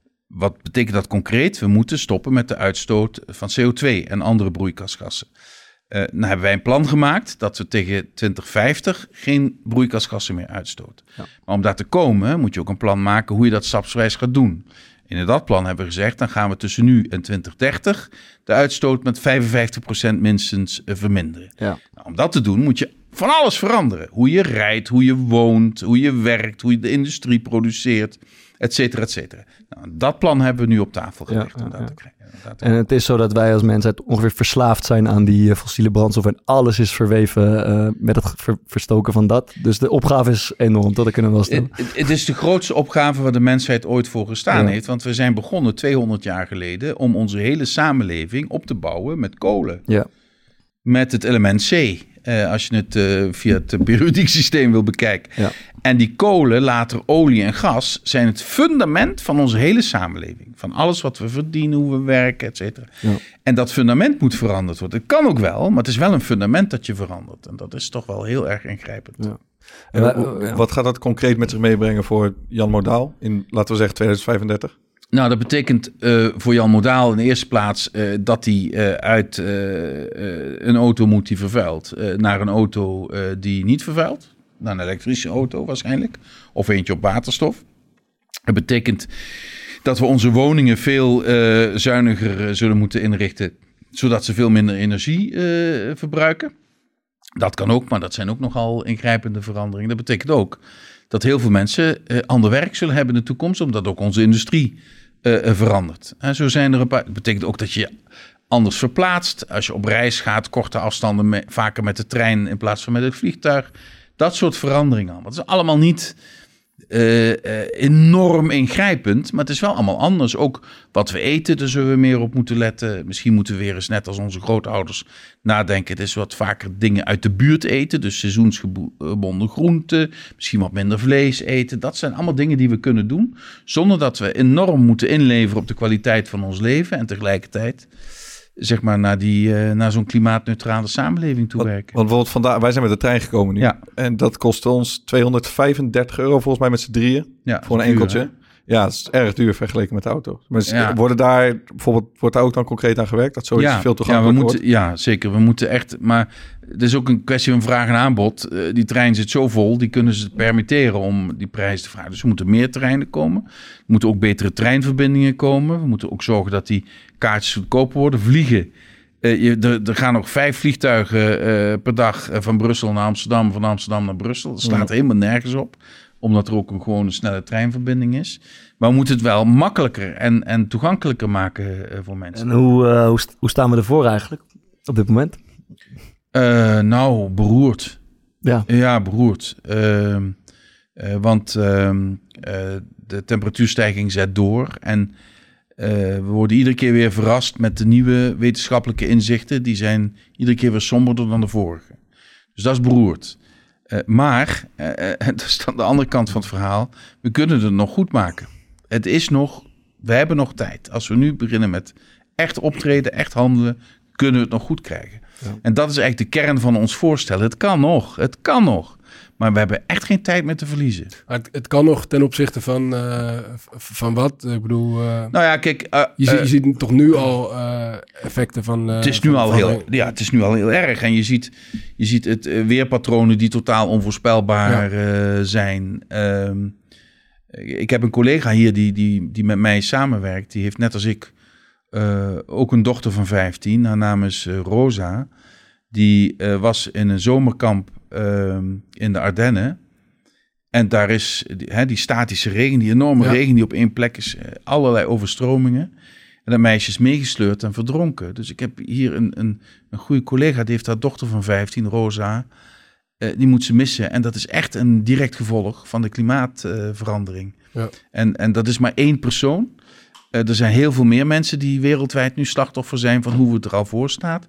E: Wat betekent dat concreet? We moeten stoppen met de uitstoot van C O twee en andere broeikasgassen. Uh, nou hebben wij een plan gemaakt dat we tegen twintig vijftig geen broeikasgassen meer uitstoten. Ja. Maar om daar te komen moet je ook een plan maken hoe je dat stapsgewijs gaat doen. In dat plan hebben we gezegd, dan gaan we tussen nu en twintig dertig de uitstoot met vijfenvijftig procent minstens uh, verminderen. Ja. Nou, om dat te doen moet je van alles veranderen. Hoe je rijdt, hoe je woont, hoe je werkt, hoe je de industrie produceert, et cetera, et cetera. Nou, dat plan hebben we nu op tafel gelegd ja, om dat ja. te krijgen.
B: En het is zo dat wij als mensheid ongeveer verslaafd zijn aan die uh, fossiele brandstof en alles is verweven uh, met het ver- verstoken van dat. Dus de opgave is enorm, dat kunnen we wel stellen.
E: Het, het is de grootste opgave waar de mensheid ooit voor gestaan ja. heeft, want we zijn begonnen tweehonderd jaar geleden om onze hele samenleving op te bouwen met kolen.
B: Ja.
E: Met het element C. Uh, als je het uh, via het periodiek systeem wil bekijken. Ja. En die kolen, later olie en gas, zijn het fundament van onze hele samenleving. Van alles wat we verdienen, hoe we werken, et cetera. Ja. En dat fundament moet veranderd worden. Het kan ook wel, maar het is wel een fundament dat je verandert. En dat is toch wel heel erg ingrijpend. Ja.
A: En uh, wat gaat dat concreet met zich meebrengen voor Jan Modaal in, laten we zeggen, tweeduizend vijfendertig?
E: Nou, dat betekent uh, voor Jan Modaal in de eerste plaats uh, dat hij uh, uit uh, uh, een auto moet die vervuilt uh, naar een auto uh, die niet vervuilt. Naar een elektrische auto waarschijnlijk. Of eentje op waterstof. Dat betekent dat we onze woningen veel uh, zuiniger uh, zullen moeten inrichten, zodat ze veel minder energie uh, verbruiken. Dat kan ook, maar dat zijn ook nogal ingrijpende veranderingen. Dat betekent ook dat heel veel mensen uh, ander werk zullen hebben in de toekomst, omdat ook onze industrie uh, uh, verandert. En zo zijn er een paar. Dat betekent ook dat je anders verplaatst. Als je op reis gaat, korte afstanden, me, vaker met de trein in plaats van met het vliegtuig. Dat soort veranderingen allemaal. Dat is allemaal niet uh, uh, enorm ingrijpend. Maar het is wel allemaal anders. Ook wat we eten, daar zullen we meer op moeten letten. Misschien moeten we weer eens net als onze grootouders nadenken. Het is wat vaker dingen uit de buurt eten. Dus seizoensgebonden groenten. Misschien wat minder vlees eten. Dat zijn allemaal dingen die we kunnen doen. Zonder dat we enorm moeten inleveren op de kwaliteit van ons leven. En tegelijkertijd... zeg maar naar, die, uh, naar zo'n klimaatneutrale samenleving toe werken.
A: Want, want bijvoorbeeld vandaag, wij zijn met de trein gekomen nu.
E: Ja.
A: En dat kostte ons tweehonderdvijfendertig euro volgens mij met z'n drieën.
E: Ja,
A: voor een
E: duur,
A: enkeltje.
E: Hè?
A: Ja, dat is erg duur vergeleken met de auto. Maar
E: Ja.
A: worden daar bijvoorbeeld, wordt daar ook dan concreet aan gewerkt? Dat zoiets
E: ja,
A: veel
E: ja, we
A: toegankelijker
E: moeten,
A: wordt?
E: ja, zeker. We moeten echt... Maar het is ook een kwestie van vraag en aanbod. Uh, die trein zit zo vol, die kunnen ze permitteren om die prijs te vragen. Dus er moeten meer treinen komen. Er moeten ook betere treinverbindingen komen. We moeten ook zorgen dat die kaartjes goedkoper worden. Vliegen... Uh, je, er, er gaan nog vijf vliegtuigen uh, per dag uh, van Brussel naar Amsterdam, van Amsterdam naar Brussel. Dat slaat
A: ja.
E: helemaal nergens op, omdat er ook een gewoon een snelle treinverbinding is. Maar we moeten het wel makkelijker en, en toegankelijker maken uh, voor mensen.
B: En hoe, uh, hoe, st- hoe staan we ervoor eigenlijk op dit moment?
E: Uh, nou, beroerd.
B: Ja.
E: Ja, beroerd. Uh, uh, want uh, uh, de temperatuurstijging zet door en... Uh, we worden iedere keer weer verrast met de nieuwe wetenschappelijke inzichten. Die zijn iedere keer weer somberder dan de vorige. Dus dat is beroerd. Uh, maar, uh, uh, dat is dan de andere kant van het verhaal. We kunnen het nog goed maken. Het is nog, we hebben nog tijd. Als we nu beginnen met echt optreden, echt handelen, kunnen we het nog goed krijgen. Ja. En dat is eigenlijk de kern van ons voorstel. Het kan nog, het kan nog. Maar we hebben echt geen tijd meer te verliezen.
D: Het, het kan nog ten opzichte van, uh, van wat? Ik bedoel... Uh,
E: nou ja, kijk... Uh,
D: je, uh, je ziet toch nu
E: uh,
D: al uh, effecten van... Uh,
E: het, is nu
D: van,
E: al
D: van,
E: heel, ja, het is nu al heel erg. En je ziet, je ziet het uh, weerpatronen die totaal onvoorspelbaar ja. uh, zijn. Uh, ik heb een collega hier die, die, die met mij samenwerkt. Die heeft net als ik uh, ook een dochter van vijftien. Haar naam is uh, Rosa. Die uh, was in een zomerkamp uh, in de Ardennen. En daar is die, hè, die statische regen, die enorme ja. regen die op één plek is. Uh, allerlei overstromingen. En dat meisje is meegesleurd en verdronken. Dus ik heb hier een, een, een goede collega, die heeft haar dochter van vijftien, Rosa. Uh, die moet ze missen. En dat is echt een direct gevolg van de klimaatverandering. Uh, ja. en, en dat is maar één persoon. Uh, er zijn heel veel meer mensen die wereldwijd nu slachtoffer zijn van hoe het er al voor staat.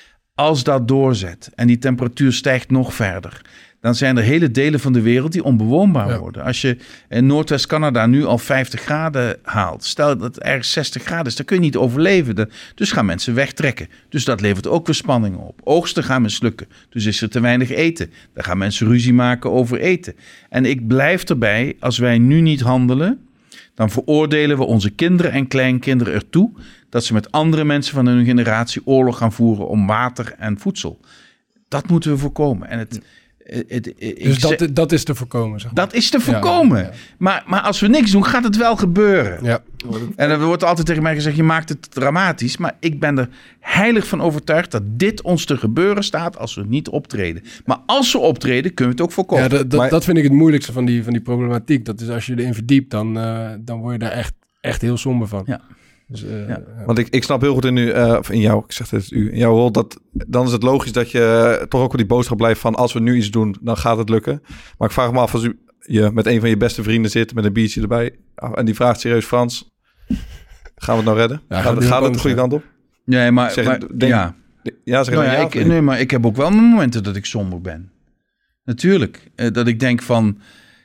E: Als dat doorzet en die temperatuur stijgt nog verder, dan zijn er hele delen van de wereld die onbewoonbaar ja. worden. Als je in Noordwest-Canada nu al vijftig graden haalt, stel dat het ergens zestig graden is, dan kun je niet overleven. Dus gaan mensen wegtrekken. Dus dat levert ook weer spanning op. Oogsten gaan mislukken. Dus is er te weinig eten. Dan gaan mensen ruzie maken over eten. En ik blijf erbij, als wij nu niet handelen, dan veroordelen we onze kinderen en kleinkinderen ertoe dat ze met andere mensen van hun generatie oorlog gaan voeren om water en voedsel. Dat moeten we voorkomen. En het, het, het,
D: dus dat, zeg, dat is te voorkomen, zeg maar.
E: Dat is te voorkomen. Ja, ja. Maar, maar als we niks doen, gaat het wel gebeuren. Ja. En er wordt altijd tegen mij gezegd, je maakt het dramatisch. Maar ik ben er heilig van overtuigd dat dit ons te gebeuren staat als we niet optreden. Maar als we optreden, kunnen we het ook voorkomen.
D: Ja, dat, dat,
E: maar,
D: dat vind ik het moeilijkste van die, van die problematiek. Dat is als je erin verdiept, dan, uh, dan word je daar echt, echt heel somber van.
E: Ja.
A: Dus, uh, ja. Ja. Want ik, ik snap heel goed in, u, uh, in jou, ik zeg het u, in jouw rol, dat dan is het logisch dat je uh, toch ook op die boodschap blijft van als we nu iets doen, dan gaat het lukken. Maar ik vraag me af als u je met een van je beste vrienden zit met een biertje erbij en die vraagt serieus, Frans, gaan we het nou redden? Ja, gaat het, gaat het de goede kant op?
E: Nee, maar,
A: zeg,
E: maar
A: denk,
E: ja.
A: Ja, zeg
E: nou,
A: ja,
E: ja ik, nee, maar ik heb ook wel momenten dat ik somber ben. Natuurlijk. Uh, dat ik denk van,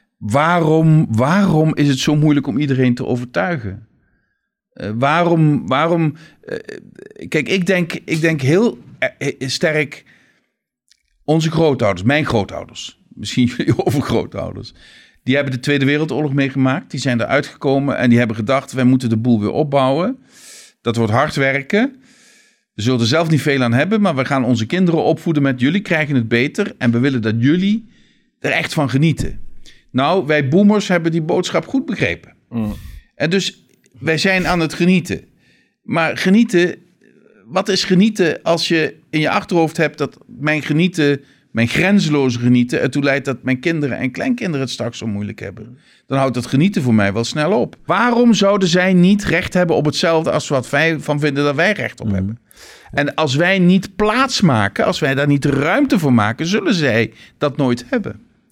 E: waarom, waarom is het zo moeilijk om iedereen te overtuigen? Uh, waarom, waarom uh, kijk, ik denk, ik denk heel uh, sterk, onze grootouders, mijn grootouders, misschien jullie overgrootouders, die hebben de Tweede Wereldoorlog meegemaakt, die zijn eruit gekomen en die hebben gedacht, wij moeten de boel weer opbouwen. Dat wordt hard werken. We zullen er zelf niet veel aan hebben, maar we gaan onze kinderen opvoeden met jullie krijgen het beter en we willen dat jullie er echt van genieten. Nou, wij boomers hebben die boodschap goed begrepen. Mm. En dus wij zijn aan het genieten. Maar genieten, wat is genieten als je in je achterhoofd hebt dat mijn genieten, mijn grenzeloze genieten, ertoe leidt dat mijn kinderen en kleinkinderen het straks zo moeilijk hebben? Dan houdt dat genieten voor mij wel snel op. Waarom zouden zij niet recht hebben op hetzelfde als wat wij van vinden dat wij recht op mm. hebben? En als wij niet plaats maken, als wij daar niet ruimte voor maken, zullen zij dat nooit hebben.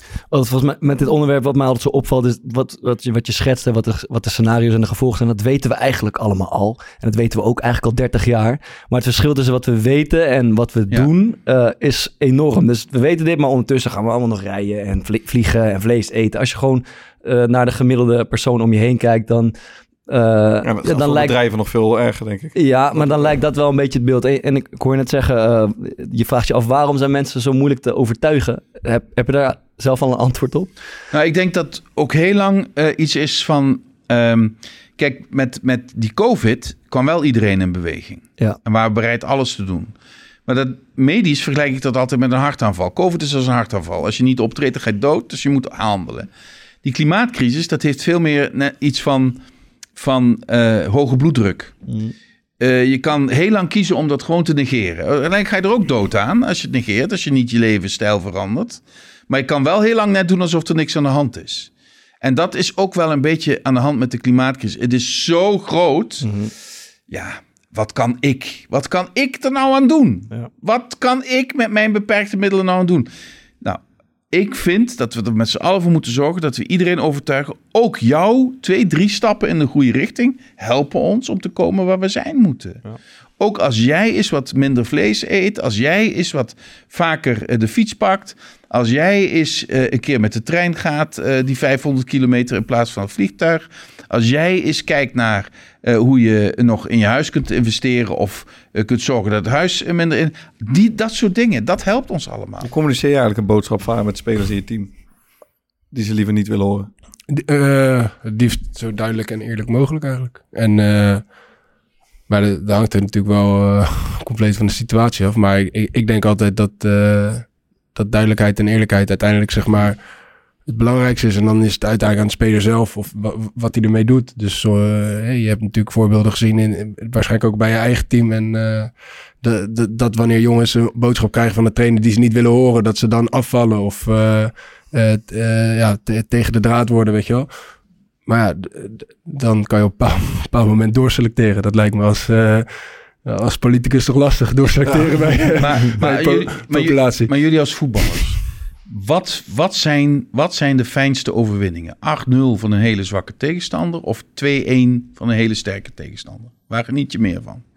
B: Wat, volgens mij, met dit onderwerp wat mij altijd zo opvalt is wat, wat, je, wat je schetst en wat de, wat de scenario's en de gevolgen zijn. Dat weten we eigenlijk allemaal al. En dat weten we ook eigenlijk al dertig jaar. Maar het verschil tussen wat we weten en wat we ja. doen uh, is enorm. Dus we weten dit, maar ondertussen gaan we allemaal nog rijden en vliegen en vlees eten. Als je gewoon uh, naar de gemiddelde persoon om je heen kijkt, dan... Uh, ja,
A: maar het dan lijkt bedrijven nog veel erger, denk ik.
B: Ja, maar dan lijkt dat wel een beetje het beeld. En ik, ik hoor je net zeggen, uh, je vraagt je af waarom zijn mensen zo moeilijk te overtuigen. Heb, heb je daar zelf al een antwoord op?
E: Nou, ik denk dat ook heel lang uh, iets is van... Um, kijk, met, met die COVID kwam wel iedereen in beweging.
B: Ja.
E: En waren bereid alles te doen. Maar dat medisch vergelijk ik dat altijd met een hartaanval. COVID is als een hartaanval. Als je niet optreedt, dan ga je dood. Dus je moet handelen. Die klimaatcrisis, dat heeft veel meer net iets van... van uh, hoge bloeddruk. Mm. Uh, je kan heel lang kiezen om dat gewoon te negeren. Uiteindelijk ga je er ook dood aan als je het negeert, als je niet je levensstijl verandert. Maar je kan wel heel lang net doen alsof er niks aan de hand is. En dat is ook wel een beetje aan de hand met de klimaatcrisis. Het is zo groot. Mm-hmm. Ja, wat kan ik? Wat kan ik er nou aan doen? Ja. Wat kan ik met mijn beperkte middelen nou aan doen? Nou, ik vind dat we er met z'n allen voor moeten zorgen dat we iedereen overtuigen. Ook jou, twee, drie stappen in de goede richting helpen ons om te komen waar we zijn moeten. Ja. Ook als jij eens wat minder vlees eet, als jij eens wat vaker de fiets pakt, als jij eens uh, een keer met de trein gaat, uh, die vijfhonderd kilometer in plaats van een vliegtuig. Als jij eens kijkt naar uh, hoe je nog in je huis kunt investeren of uh, kunt zorgen dat het huis minder in... Die, dat soort dingen, dat helpt ons allemaal.
A: Hoe communiceer je eigenlijk een boodschap vaak met spelers in je team die ze liever niet willen horen?
D: Uh, het liefst zo duidelijk en eerlijk mogelijk eigenlijk. En uh, maar de, dat hangt er natuurlijk wel uh, compleet van de situatie af. Maar ik, ik denk altijd dat, uh, dat duidelijkheid en eerlijkheid uiteindelijk zeg maar het belangrijkste is. En dan is het uiteindelijk aan de speler zelf of wa- wat hij ermee doet. Dus uh, hey, je hebt natuurlijk voorbeelden gezien in, in waarschijnlijk ook bij je eigen team. En uh, de, de, dat wanneer jongens een boodschap krijgen van de trainer die ze niet willen horen, dat ze dan afvallen of uh, uh, t, uh, ja, t, tegen de draad worden, weet je wel. Maar ja, d- d- dan kan je op een bepaald, bepaald moment doorselecteren. Dat lijkt me als, uh, als politicus toch lastig doorselecteren ja. bij, uh, maar, bij
E: maar,
D: po-
E: jullie,
D: populatie.
E: Maar, maar jullie als voetballers, wat, wat, zijn, wat zijn de fijnste overwinningen? acht nul van een hele zwakke tegenstander of twee-een van een hele sterke tegenstander? Waar geniet je meer van?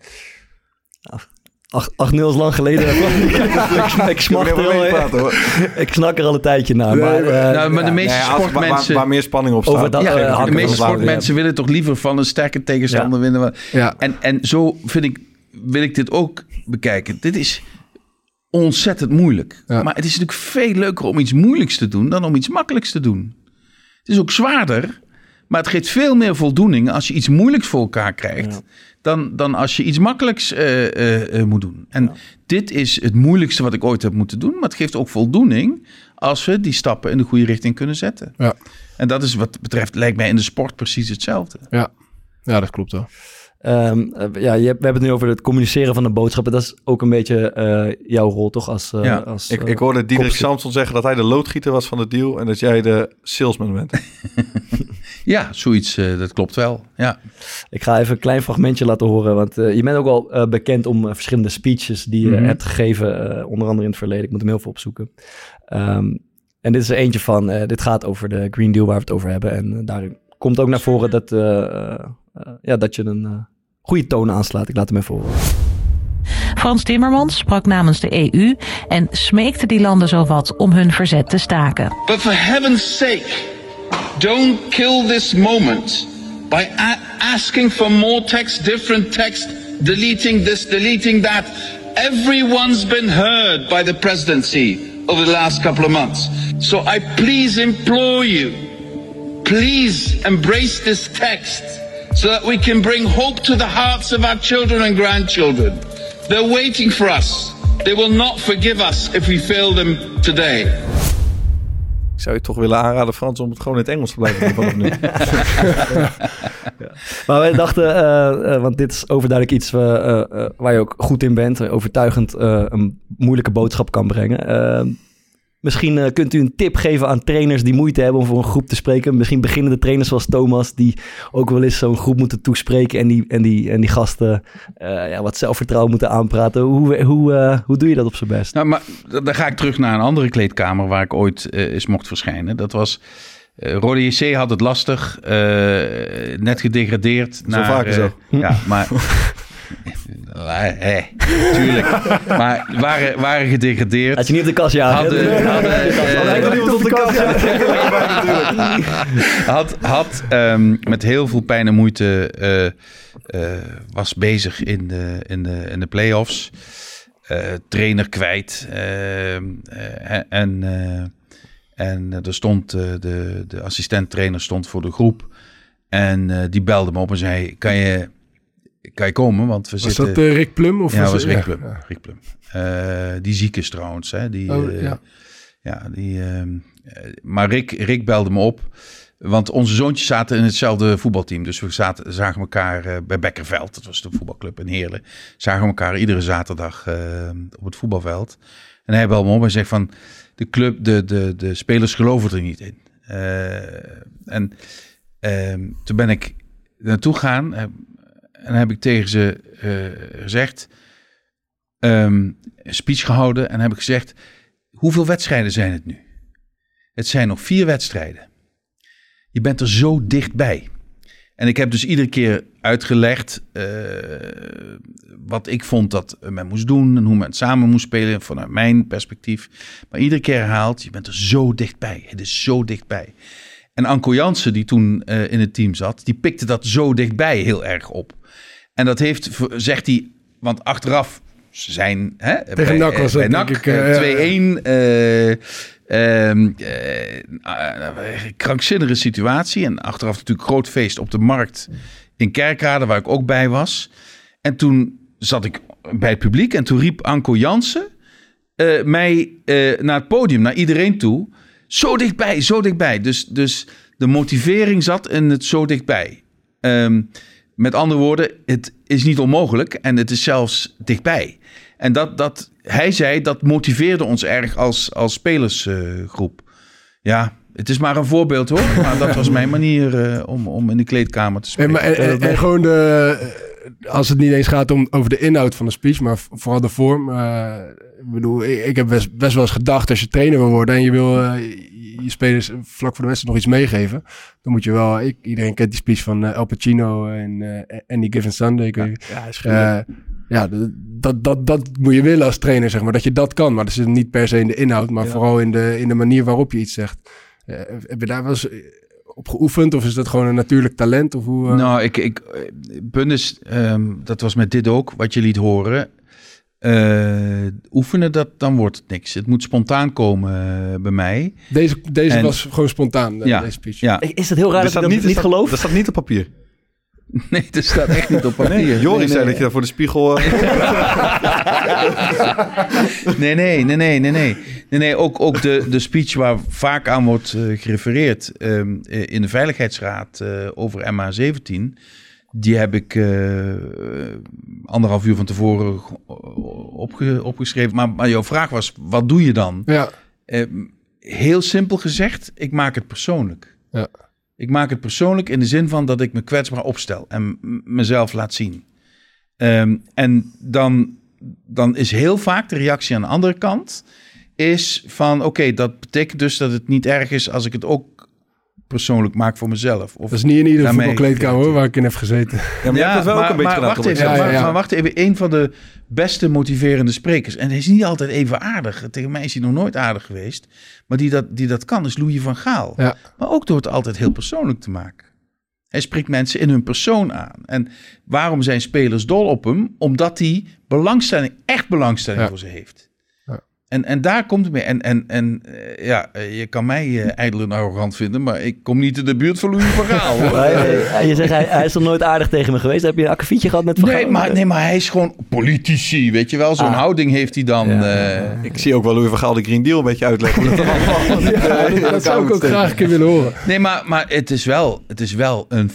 B: acht nul is lang geleden. ik, ik, smak er al, praten, hoor. ik snak er al een tijdje naar. Maar, uh,
E: nou, maar de meeste
A: nee,
E: sportmensen...
A: Waar, waar meer spanning op staat.
E: Over dat, ja, uh, de meeste sportmensen
A: ja.
E: willen toch liever van een sterke tegenstander ja. winnen.
D: Ja.
E: En, en zo vind ik, wil ik dit ook bekijken. Dit is ontzettend moeilijk. Ja. Maar het is natuurlijk veel leuker om iets moeilijks te doen dan om iets makkelijks te doen. Het is ook zwaarder, maar het geeft veel meer voldoening als je iets moeilijks voor elkaar krijgt... Ja. Dan, dan als je iets makkelijks uh, uh, uh, moet doen. En ja. dit is het moeilijkste wat ik ooit heb moeten doen. Maar het geeft ook voldoening als we die stappen in de goede richting kunnen zetten.
D: Ja.
E: En dat is wat betreft, lijkt mij in de sport precies hetzelfde.
D: Ja, ja dat klopt wel.
B: Um, uh, ja, je hebt, we hebben het nu over het communiceren van de boodschappen. Dat is ook een beetje uh, jouw rol, toch? Als, uh,
A: ja.
B: als,
A: ik,
B: uh,
A: ik hoorde Diederik Samson zeggen dat hij de loodgieter was van de deal... en dat jij de salesman bent.
E: Ja, zoiets, uh, dat klopt wel. Ja.
B: Ik ga even een klein fragmentje laten horen. Want uh, je bent ook al uh, bekend om uh, verschillende speeches... die je mm-hmm. hebt gegeven, uh, onder andere in het verleden. Ik moet hem heel veel opzoeken. Um, en dit is er eentje van... Uh, dit gaat over de Green Deal waar we het over hebben. En uh, daar komt ook naar voren dat... Uh, uh, Uh, ja, dat je een uh, goede toon aanslaat. Ik laat hem even horen.
F: Frans Timmermans sprak namens de E U en smeekte die landen zowat om hun verzet te staken.
G: But for heaven's sake, don't kill this moment by a- asking for more text, different text, deleting this, deleting that. Everyone's been heard by the presidency over the last couple of months. So I please implore you, please embrace this text. So that we can bring hope to the hearts of our children and grandchildren. They're waiting for us. They will not forgive us if we fail them today.
A: Ik zou je toch willen aanraden, Frans, om het gewoon in het Engels te blijven doen vanaf nu.
B: Ja. Maar wij dachten, uh, uh, want dit is overduidelijk iets uh, uh, waar je ook goed in bent. Overtuigend uh, een moeilijke boodschap kan brengen. Uh, Misschien uh, kunt u een tip geven aan trainers die moeite hebben om voor een groep te spreken. Misschien beginnende trainers zoals Thomas, die ook wel eens zo'n groep moeten toespreken en die, en die, en die gasten uh, ja, wat zelfvertrouwen moeten aanpraten. Hoe, hoe, uh, hoe doe je dat op zijn best?
E: Nou, maar dan ga ik terug naar een andere kleedkamer waar ik ooit uh, eens mocht verschijnen. Dat was... Uh, Rode J C had het lastig, uh, net gedegradeerd. Zo naar,
A: vaker uh, zo.
E: Ja, maar... Hé, tuurlijk. Maar waren, waren gedegradeerd.
B: Had je niet op de kast, ja.
E: Hadden, hadden,
B: hadden, uh, op de kast, ja.
E: Had, had um, met heel veel pijn en moeite uh, uh, was bezig in de, in de, in de play-offs. Uh, trainer kwijt. Uh, uh, en... Uh, En uh, er stond uh, de, de assistent-trainer stond voor de groep. En uh, die belde me op en zei, kan je, kan je komen? Want we
D: was
E: zitten...
D: dat uh, Rick Plum? Of
E: ja,
D: was
E: was
D: het...
E: Rick Plum.
D: Ja.
E: Rick Plum. Uh, die ziek is trouwens. Hè? Die,
D: oh,
E: uh,
D: ja.
E: ja, die, uh, maar Rick, Rick belde me op. Want onze zoontjes zaten in hetzelfde voetbalteam. Dus we zaten, zagen elkaar uh, bij Bekkerveld. Dat was de voetbalclub in Heerlen. Zagen elkaar iedere zaterdag uh, op het voetbalveld. En hij belde me op en zegt van... De club, de, de, de spelers geloven er niet in. Uh, en uh, toen ben ik naartoe gegaan uh, en heb ik tegen ze uh, gezegd, um, een speech gehouden en heb ik gezegd, hoeveel wedstrijden zijn het nu? Het zijn nog vier wedstrijden. Je bent er zo dichtbij. En ik heb dus iedere keer uitgelegd uh, wat ik vond dat men moest doen en hoe men samen moest spelen vanuit mijn perspectief. Maar iedere keer herhaald, je bent er zo dichtbij. Het is zo dichtbij. En Anko Jansen, die toen uh, in het team zat, die pikte dat zo dichtbij heel erg op. En dat heeft, zegt hij, want achteraf zijn... Hè,
D: tegen N A C was het,
E: denk ik. Uh, twee-een... Uh, Um, uh, uh, krankzinnige situatie. En achteraf natuurlijk groot feest op de markt in Kerkrade, waar ik ook bij was. En toen zat ik bij het publiek en toen riep Anko Jansen uh, mij uh, naar het podium, naar iedereen toe. Zo dichtbij, zo dichtbij. Dus, dus de motivering zat in het zo dichtbij. Um, met andere woorden, het is niet onmogelijk en het is zelfs dichtbij. En dat, dat, hij zei, dat motiveerde ons erg als, als spelersgroep. Uh, ja, het is maar een voorbeeld hoor. Maar dat was mijn manier uh, om, om in de kleedkamer te spreken.
D: En, maar, en, en, en gewoon de... Als het niet eens gaat om over de inhoud van de speech, maar vooral de vorm. Uh, ik bedoel, ik, ik heb best, best wel eens gedacht, als je trainer wil worden en je wil uh, je spelers vlak voor de wedstrijd nog iets meegeven, dan moet je wel... Ik, iedereen kent die speech van uh, Al Pacino en uh, Any Given Sunday. Ik,
B: ja, ja, is
D: uh, ja, dat, dat, dat moet je willen als trainer, zeg maar. Dat je dat kan, maar dat zit niet per se in de inhoud, maar ja. vooral in de, in de manier waarop je iets zegt. Uh, heb je daar wel eens op geoefend of is dat gewoon een natuurlijk talent? Of hoe, uh...
E: Nou, ik, ik, punt is, um, dat was met dit ook, wat je liet horen. Uh, oefenen, dat, dan wordt het niks. Het moet spontaan komen uh, bij mij.
D: Deze, deze
E: en,
D: was gewoon spontaan, uh,
E: ja,
D: deze speech.
E: Ja.
B: Is het heel raar dat, dat je dat niet,
A: niet
B: staat, gelooft?
A: Dat staat niet op papier.
E: Nee, dat staat echt niet op papier.
A: Nee, Joris
E: nee,
A: zei
E: nee.
A: dat je daar voor de spiegel... Uh...
E: nee, nee, nee, nee, nee, nee. Nee, nee ook, ook de, de speech waar vaak aan wordt uh, gerefereerd um, in de Veiligheidsraad uh, over M H zeventien... Die heb ik uh, anderhalf uur van tevoren opge, opgeschreven. Maar, maar jouw vraag was, wat doe je dan?
D: Ja.
E: Uh, heel simpel gezegd, ik maak het persoonlijk.
D: Ja.
E: Ik maak het persoonlijk in de zin van dat ik me kwetsbaar opstel en m- mezelf laat zien. Um, en dan, dan is heel vaak de reactie aan de andere kant is van oké, okay, dat betekent dus dat het niet erg is als ik het ook persoonlijk maak voor mezelf. Of
D: dat is niet in iedere
E: daarmee...
D: voetbalkleedkamer hoor, waar ik in heb gezeten.
A: Ja, maar, ja, het wel
E: maar,
A: ook een beetje
E: maar,
A: gedaan,
E: wacht even,
D: ja, ja, ja.
E: maar, maar wacht even, een van de beste motiverende sprekers, en hij is niet altijd even aardig, tegen mij is hij nog nooit aardig geweest, maar die dat, die dat kan, is Louis van Gaal.
D: Ja.
E: Maar ook door het altijd heel persoonlijk te maken. Hij spreekt mensen in hun persoon aan. En waarom zijn spelers dol op hem? Omdat hij belangstelling, echt belangstelling ja. voor ze heeft. En, en daar komt het mee. En, en, en uh, ja, je kan mij uh, ijdel en arrogant vinden, maar ik kom niet in de buurt van Louis van Gaal. Hoor.
B: Nee, nee, je zegt, hij, hij is nog nooit aardig tegen me geweest. Heb je een akkefietje gehad met Van Gaal?
E: Nee, maar, nee, maar hij is gewoon politici, weet je wel. Zo'n ah. houding heeft hij dan. Ja. Uh,
A: ik zie ook wel Louis van Gaal de Green Deal een beetje uitleggen. Dat,
D: ja, dat, dat zou ik ook graag een keer willen horen.
E: Nee, maar, maar het, is wel, het is wel een fantastisch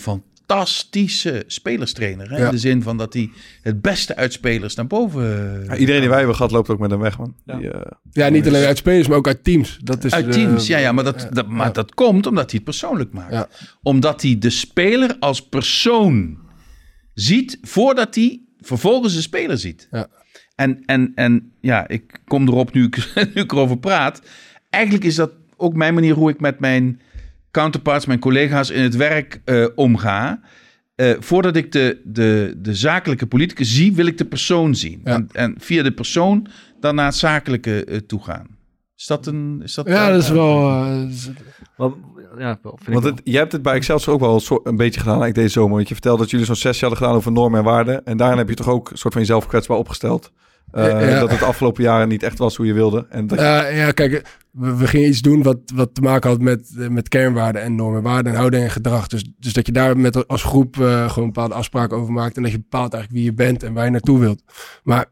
E: fantastische spelerstrainer. Hè?
D: Ja.
E: In de zin van dat hij het beste uit spelers naar boven...
A: Ja, iedereen die wij hebben gehad loopt ook met hem weg, man.
B: Ja.
A: Die, uh,
D: Ja, niet alleen uit spelers, maar ook uit teams. Dat is,
E: Uit
D: uh,
E: teams, ja, ja, maar, dat, dat, maar
D: ja.
E: dat komt omdat hij het persoonlijk maakt.
D: Ja.
E: Omdat hij de speler als persoon ziet voordat hij vervolgens de speler ziet.
D: Ja.
E: En, en, en ja, ik kom erop nu ik, nu ik erover praat. Eigenlijk is dat ook mijn manier hoe ik met mijn counterparts, mijn collega's in het werk uh, omga. Uh, voordat ik de, de, de zakelijke politicus zie, wil ik de persoon zien.
D: Ja.
E: En, en via de persoon dan naar het zakelijke uh, toe gaan. Is dat een... Is dat
D: Ja, dat is wel... Uh, is-
B: Wat, ja, wel, vind ik
A: Want
B: wel.
A: het, jij hebt het bij Excelsior ook wel een, soort, een beetje gedaan eigenlijk deze zomer. Want je vertelde dat jullie zo'n sessie hadden gedaan over normen en waarden. En daarin heb je toch ook een soort van jezelf kwetsbaar opgesteld. Uh,
D: Ja.
A: Dat het de afgelopen jaren niet echt was hoe je wilde. En dat je-
D: Ja, ja, kijk, we, we gingen iets doen wat, wat te maken had met, eh, met kernwaarden en normen, waarden en houding en gedrag. Dus, dus dat je daar met als groep uh, gewoon bepaalde afspraken over maakt en dat je bepaalt eigenlijk wie je bent en waar je naartoe wilt. Maar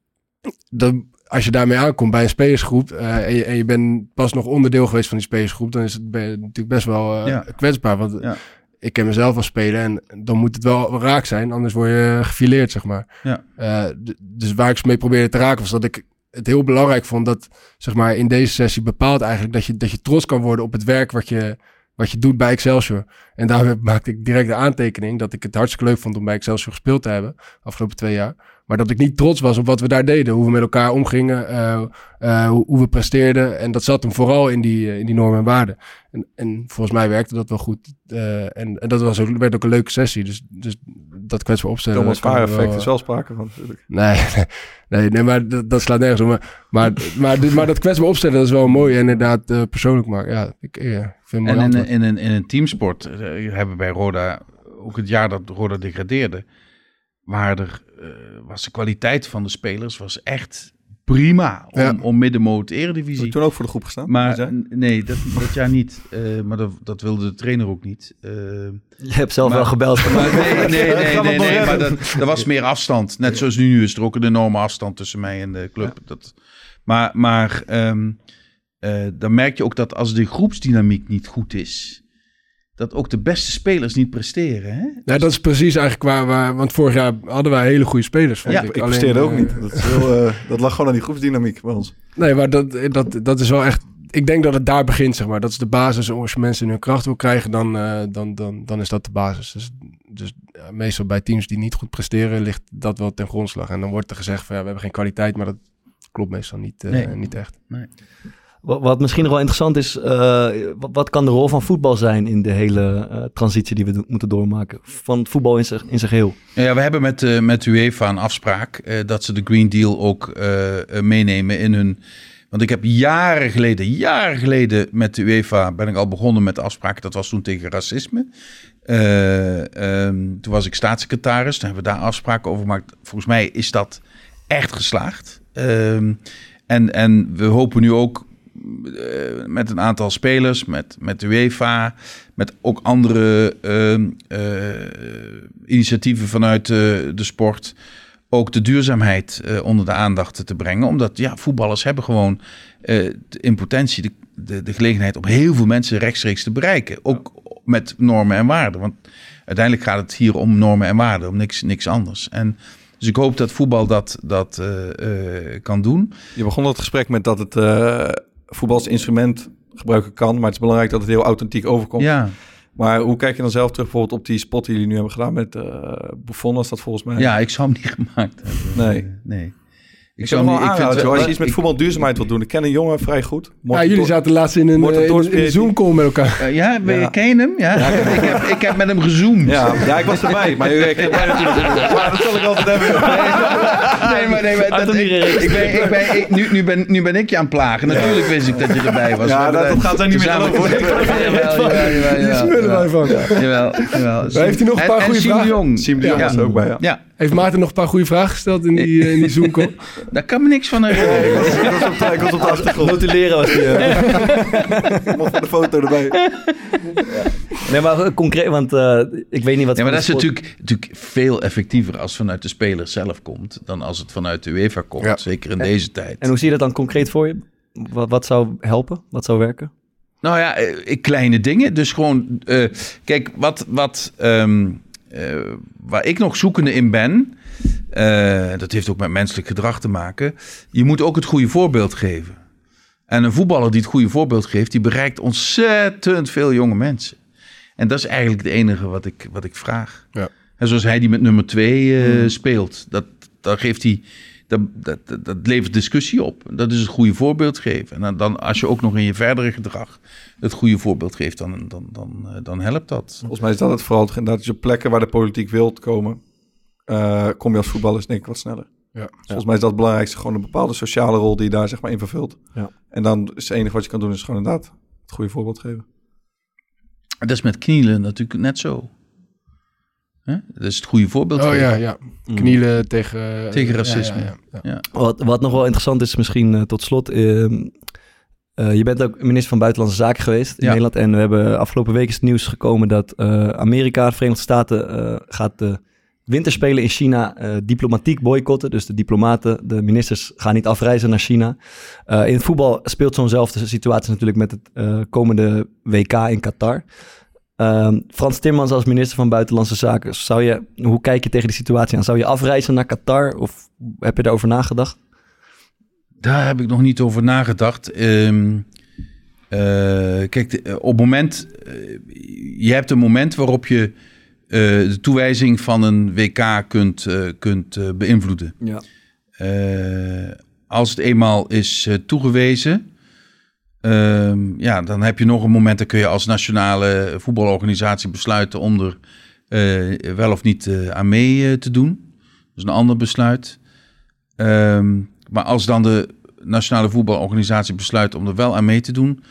D: dan, als je daarmee aankomt bij een spelersgroep uh, en, je, en je bent pas nog onderdeel geweest van die spelersgroep, dan is het ben je natuurlijk best wel uh,
E: Ja.
D: kwetsbaar. Want
E: Ja.
D: ik ken mezelf als speler en dan moet het wel raak zijn, anders word je gefileerd, zeg maar.
E: Ja.
D: Uh, d- dus waar ik ze mee probeerde te raken was dat ik het heel belangrijk vond dat, zeg maar, in deze sessie bepaalt eigenlijk dat je, dat je trots kan worden op het werk wat je, wat je doet bij Excelsior. En daar maakte ik direct de aantekening dat ik het hartstikke leuk vond om bij Excelsior gespeeld te hebben, afgelopen twee jaar. Maar dat ik niet trots was op wat we daar deden, hoe we met elkaar omgingen, uh, uh, hoe, hoe we presteerden. En dat zat hem vooral in die, uh, in die normen en waarden. En, en volgens mij werkte dat wel goed. Uh, en, en dat was ook, werd ook een leuke sessie. Dus, dus dat kwetsbaar opstellen.
A: Thomas
D: kan
A: Vaar
D: wel,
A: effect
D: uh,
A: is wel sprake van natuurlijk.
D: Nee, nee, nee, maar dat, dat slaat nergens om. Maar, maar, maar, maar, maar dat kwetsbaar opstellen, dat is wel mooi. En inderdaad uh, persoonlijk maken. Ja, ik, ja, ik vind het
E: En
D: mooi
E: in,
D: antwoord.
E: in, een, in een teamsport uh, hebben we bij Roda, ook het jaar dat Roda degradeerde, waar er, uh, was de kwaliteit van de spelers was echt prima om,
D: Ja.
E: om middenmoot
A: Heb je
E: Eredivisie.
A: toen ook voor de groep gestaan?
E: Maar
A: Zei?
E: n- nee, dat, dat jaar niet. Uh, maar dat, dat wilde de trainer ook niet. Uh,
B: Je hebt zelf
E: maar-
B: wel gebeld.
E: maar nee, nee, nee, nee,
A: Gaan we
E: nee,
A: nog
E: nee, maar
A: redden?
E: dat, er was meer afstand. Net zoals nu, nu is er ook een enorme afstand tussen mij en de club. Dat, maar maar um, uh, dan merk je ook dat als de groepsdynamiek niet goed is, dat ook de beste spelers niet presteren. Hè?
D: Ja, dat is precies eigenlijk waar, waar... Want vorig jaar hadden wij hele goede spelers, vond
E: Ja,
D: ik.
A: Ik
D: Alleen,
A: presteerde ook
D: uh,
A: niet. Dat, is heel, uh, dat lag gewoon aan die groepsdynamiek bij ons.
D: Nee, maar dat, dat, dat is wel echt... Ik denk dat het daar begint, zeg maar. Dat is de basis. Als je mensen in hun kracht wil krijgen, dan, uh, dan, dan, dan is dat de basis. Dus, dus ja, meestal bij teams die niet goed presteren, ligt dat wel ten grondslag. En dan wordt er gezegd van, ja, we hebben geen kwaliteit, maar dat klopt meestal niet, uh,
E: Nee.
D: niet echt.
B: Wat, wat misschien nog wel interessant is, uh, wat, wat kan de rol van voetbal zijn in de hele uh, transitie die we do- moeten doormaken? Van het voetbal in zich, in zich heel.
E: Ja, we hebben met, uh, met UEFA een afspraak uh, dat ze de Green Deal ook uh, uh, meenemen in hun... Want ik heb jaren geleden, jaren geleden met de UEFA ben ik al begonnen met de afspraken. Dat was toen tegen racisme. Uh, um, toen was ik staatssecretaris. Toen hebben we daar afspraken over gemaakt. Volgens mij is dat echt geslaagd. Um, en, en we hopen nu ook uh, met een aantal spelers, met, met de UEFA, met ook andere uh, uh, initiatieven vanuit uh, de sport, ook de duurzaamheid uh, onder de aandacht te brengen. Omdat ja, voetballers hebben gewoon uh, in potentie de, de, de gelegenheid om heel veel mensen rechtstreeks te bereiken. Ook met normen en waarden. Want uiteindelijk gaat het hier om normen en waarden, om niks, niks anders. En dus ik hoop dat voetbal dat, dat uh, uh, kan doen.
A: Je begon het gesprek met dat het uh, voetbal als instrument gebruiken kan. Maar het is belangrijk dat het heel authentiek overkomt.
E: Ja,
A: Maar hoe kijk je dan zelf terug bijvoorbeeld op die spot die jullie nu hebben gedaan met uh, Buffon? Was dat volgens mij?
E: ja, ik zou hem niet gemaakt hebben.
A: Nee.
E: nee.
A: Ik zou hem wel
E: hem niet-
A: aanraden,
E: vind-
A: joh. Als je iets met voetbal duurzaamheid wilt doen. Ik ken een jongen vrij goed.
D: Ja, jullie zaten laatst in een,
A: Wordt het
D: uh, in, in
A: doorspelen?
D: een Zoom-call met elkaar.
E: Uh, ja, ben je,
A: Ja.
E: ken je hem? Ja, ik, heb, ik heb met hem gezoomd.
A: Ja, ja, ik was erbij. Maar ik ken mij natuurlijk niet. Maar dat zal ik altijd hebben.
E: Nee, maar, nee, maar
B: Uit
E: dat,
B: hem
E: ik,
B: niet gerecht.
E: ik ben, ik ben, ik, nu, nu, ben, nu ben ik je aan het plagen. Natuurlijk wist ik dat je erbij was.
A: Ja,
E: We
A: dat,
E: hebben
A: dat gaat zij niet meer
E: samen-
A: geloven.
E: Jawel, jawel, jawel,
D: Hier
E: jawel,
D: smullen wij van.
E: Jawel, jawel.
D: Maar heeft hij nog een paar
E: En-
D: goede
E: en Siem
D: vragen?
E: de Jong.
A: Siem de Jong
E: Ja.
A: was er ook bij, ja.
E: Ja,
D: Heeft Maarten nog een paar goede vragen gesteld in die, uh, in die Zoom-call?
E: daar kan me niks van herinneren.
A: Ik was, ik was op de, ik was op de achtergrond.
B: Notuleren was die. Uh.
A: Ik mocht van de foto erbij.
B: Nee, maar uh, concreet, want uh, ik weet niet wat...
E: Ja, maar dat is
B: voor-
E: natuurlijk, natuurlijk veel effectiever als het vanuit de speler zelf komt dan als het vanuit de UEFA komt.
D: Ja.
E: Zeker in deze tijd.
B: En hoe zie je dat dan concreet voor je? Wat, wat zou helpen? Wat zou werken?
E: Nou ja, uh, kleine dingen. Dus gewoon, uh, kijk, wat, wat um, uh, waar ik nog zoekende in ben, uh, dat heeft ook met menselijk gedrag te maken. Je moet ook het goede voorbeeld geven. En een voetballer die het goede voorbeeld geeft, die bereikt ontzettend veel jonge mensen. En dat is eigenlijk het enige wat ik, wat ik vraag. Ja. En zoals hij die met nummer twee uh, hmm. speelt, dat, dat geeft hij, dat, dat, dat, dat levert discussie op. Dat is het goede voorbeeld geven. En dan, dan als je ook nog in je verdere gedrag het goede voorbeeld geeft, dan, dan, dan, dan helpt dat.
A: Volgens mij is dat het vooral. Dat is op plekken waar de politiek wil komen, uh, kom je als voetballer denk ik wat sneller. Ja. Volgens mij is dat het belangrijkste, gewoon een bepaalde sociale rol die je daar zeg maar in vervult. Ja. En dan is het enige wat je kan doen, is gewoon inderdaad het goede voorbeeld geven.
E: Dat is met knielen natuurlijk net zo. Huh? Dat is het goede voorbeeld
D: oh,
E: geven.
D: Ja, ja. Knielen mm. tegen...
E: Tegen racisme.
D: Ja, ja, ja, ja.
B: Ja. Wat, wat nog wel interessant is misschien uh, tot slot. Uh, uh, je bent ook minister van Buitenlandse Zaken geweest in ja. Nederland. En we hebben afgelopen week is het nieuws gekomen dat uh, Amerika, de Verenigde Staten, uh, gaat de winterspelen in China uh, diplomatiek boycotten. Dus de diplomaten, de ministers gaan niet afreizen naar China. Uh, in het voetbal speelt zo'nzelfde situatie natuurlijk met het uh, komende W K in Qatar. Uh, Frans Timmermans als minister van Buitenlandse Zaken, zou je, hoe kijk je tegen die situatie aan? Zou je afreizen naar Qatar of heb je daarover nagedacht?
E: Daar heb ik nog niet over nagedacht. Um, uh, kijk, de, op het moment, uh, je hebt een moment waarop je uh, de toewijzing van een W K kunt, uh, kunt uh, beïnvloeden. Ja. Uh, als het eenmaal is uh, toegewezen, Um, ja, dan heb je nog een moment, dan kun je als nationale voetbalorganisatie besluiten om er uh, wel of niet uh, aan mee uh, te doen. Dat is een ander besluit. Um, maar als dan de nationale voetbalorganisatie besluit om er wel aan mee te doen,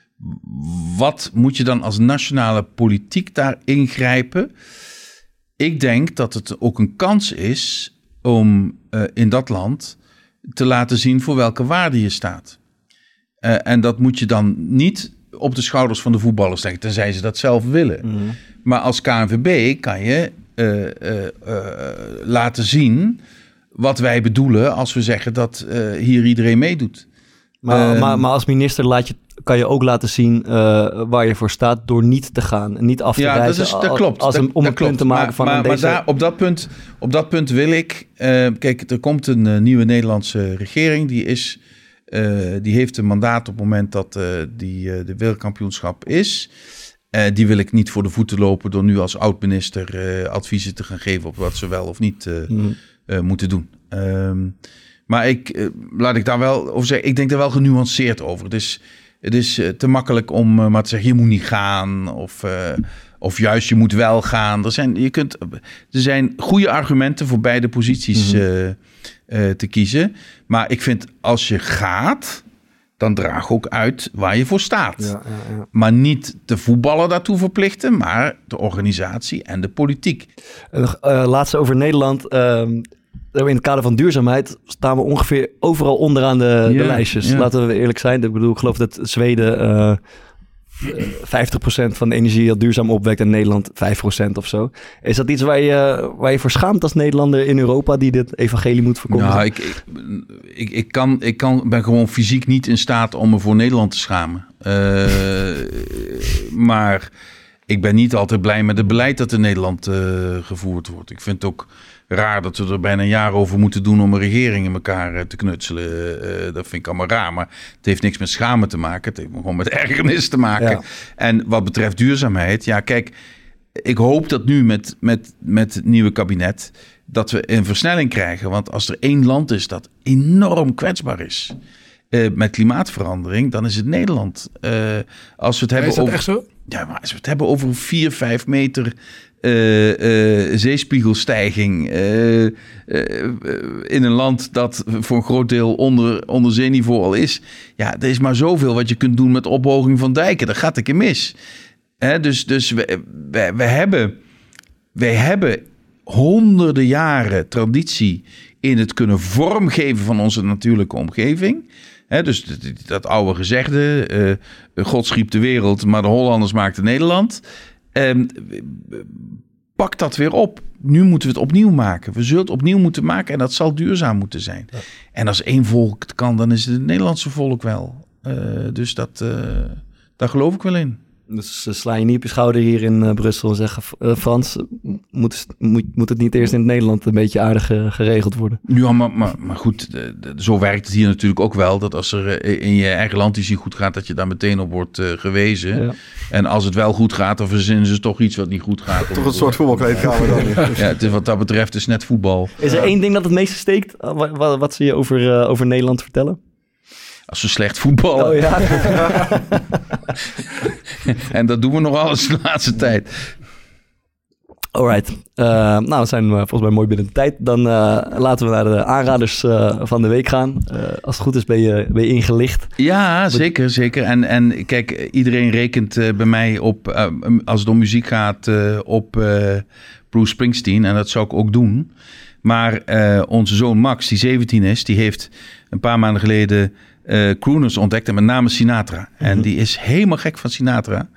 E: wat moet je dan als nationale politiek daar ingrijpen? Ik denk dat het ook een kans is om uh, in dat land te laten zien voor welke waarde je staat. Uh, en dat moet je dan niet op de schouders van de voetballers leggen, tenzij ze dat zelf willen. Mm-hmm. Maar als K N V B kan je uh, uh, uh, laten zien wat wij bedoelen als we zeggen dat uh, hier iedereen meedoet.
B: Maar,
E: uh,
B: maar, maar als minister laat je, kan je ook laten zien uh, waar je voor staat door niet te gaan en niet af te
E: ja,
B: reizen.
E: Ja, dat, is, dat klopt.
B: Als, als een, om
E: dat,
B: een punt te maken
E: maar,
B: van
E: maar,
B: een
E: maar
B: deze...
E: daar, op, dat punt, op dat punt wil ik... Uh, kijk, er komt een uh, nieuwe Nederlandse regering. Die, is, uh, die heeft een mandaat op het moment dat uh, die, uh, de wereldkampioenschap is. Uh, die wil ik niet voor de voeten lopen door nu als oud-minister uh, adviezen te gaan geven op wat ze wel of niet uh, mm. uh, moeten doen. Um, maar ik, uh, laat ik daar wel over zeggen, ik denk daar wel genuanceerd over. Het is, het is uh, te makkelijk om uh, maar te zeggen, je moet niet gaan of, uh, of juist je moet wel gaan. Er zijn, je kunt, er zijn goede argumenten voor beide posities mm-hmm. uh, uh, te kiezen. Maar ik vind als je gaat, dan draag ook uit waar je voor staat. Ja, ja, ja. Maar niet de voetballer daartoe verplichten, maar de organisatie en de politiek.
B: Uh, uh, laatste over Nederland. Uh, in het kader van duurzaamheid staan we ongeveer overal onderaan de, ja, de lijstjes. Ja. Laten we eerlijk zijn. Ik bedoel, ik geloof dat Zweden uh, vijftig procent van de energie al duurzaam opwekt en Nederland vijf procent of zo. Is dat iets waar je, waar je voor schaamt als Nederlander in Europa die dit evangelie moet voorkomen?
E: Nou, ik, ik, ik, ik, kan, ik kan, ben gewoon fysiek niet in staat om me voor Nederland te schamen. Uh, maar ik ben niet altijd blij met het beleid dat in Nederland uh, gevoerd wordt. Ik vind het ook raar dat we er bijna een jaar over moeten doen om een regering in elkaar uh, te knutselen. Uh, dat vind ik allemaal raar. Maar het heeft niks met schamen te maken. Het heeft gewoon met ergernis te maken. Ja. En wat betreft duurzaamheid, ja kijk, ik hoop dat nu met, met, met het nieuwe kabinet dat we een versnelling krijgen. Want als er één land is dat enorm kwetsbaar is uh, met klimaatverandering, dan is het Nederland. Uh, als we het hebben
D: is dat
E: over,
D: echt zo?
E: Ja, maar als we het hebben over vier, vijf meter Uh, uh, zeespiegelstijging uh, uh, in een land dat voor een groot deel onder, onder zeeniveau al is. Ja, er is maar zoveel wat je kunt doen met ophoging van dijken. Dat gaat een keer mis. Hè, dus dus we, we, we hebben, wij hebben honderden jaren traditie in het kunnen vormgeven van onze natuurlijke omgeving. Hè, dus dat, dat oude gezegde, uh, God schiep de wereld, maar de Hollanders maakten Nederland. Um, pak dat weer op. Nu moeten we het opnieuw maken. We zullen het opnieuw moeten maken en dat zal duurzaam moeten zijn. Ja. En als één volk het kan, dan is het het Nederlandse volk wel. Uh, dus dat, uh, Daar geloof ik wel in.
B: Dus uh, sla je niet op je schouder hier in uh, Brussel en zeggen... Uh, Frans, moet, moet, moet het niet eerst in het Nederland een beetje aardig uh, geregeld worden?
E: Ja, maar, maar, maar goed, de, de, zo werkt het hier natuurlijk ook wel. Dat als er uh, in je eigen land iets niet goed gaat... dat je daar meteen op wordt uh, gewezen. Ja. En als het wel goed gaat, dan verzinnen ze toch iets wat niet goed gaat.
A: Toch een soort voetbalkleedkamer dan.
E: Ja, het is, wat dat betreft is net voetbal.
B: Is er één ding dat het meeste steekt? Wat, wat, wat ze je over, uh, over Nederland vertellen?
E: Als ze slecht voetballen.
B: Oh ja.
E: En dat doen we nog alles de laatste tijd.
B: Alright. Uh, nou, we zijn uh, volgens mij mooi binnen de tijd. Dan uh, laten we naar de aanraders uh, van de week gaan. Uh, als het goed is ben je, ben je ingelicht.
E: Ja, zeker, zeker. En, en kijk, iedereen rekent uh, bij mij op, uh, als het om muziek gaat, uh, op uh, Bruce Springsteen. En dat zou ik ook doen. Maar uh, onze zoon Max, die zeventien is, die heeft een paar maanden geleden... Uh, crooners ontdekt en met name Sinatra. Mm-hmm. En die is helemaal gek van Sinatra.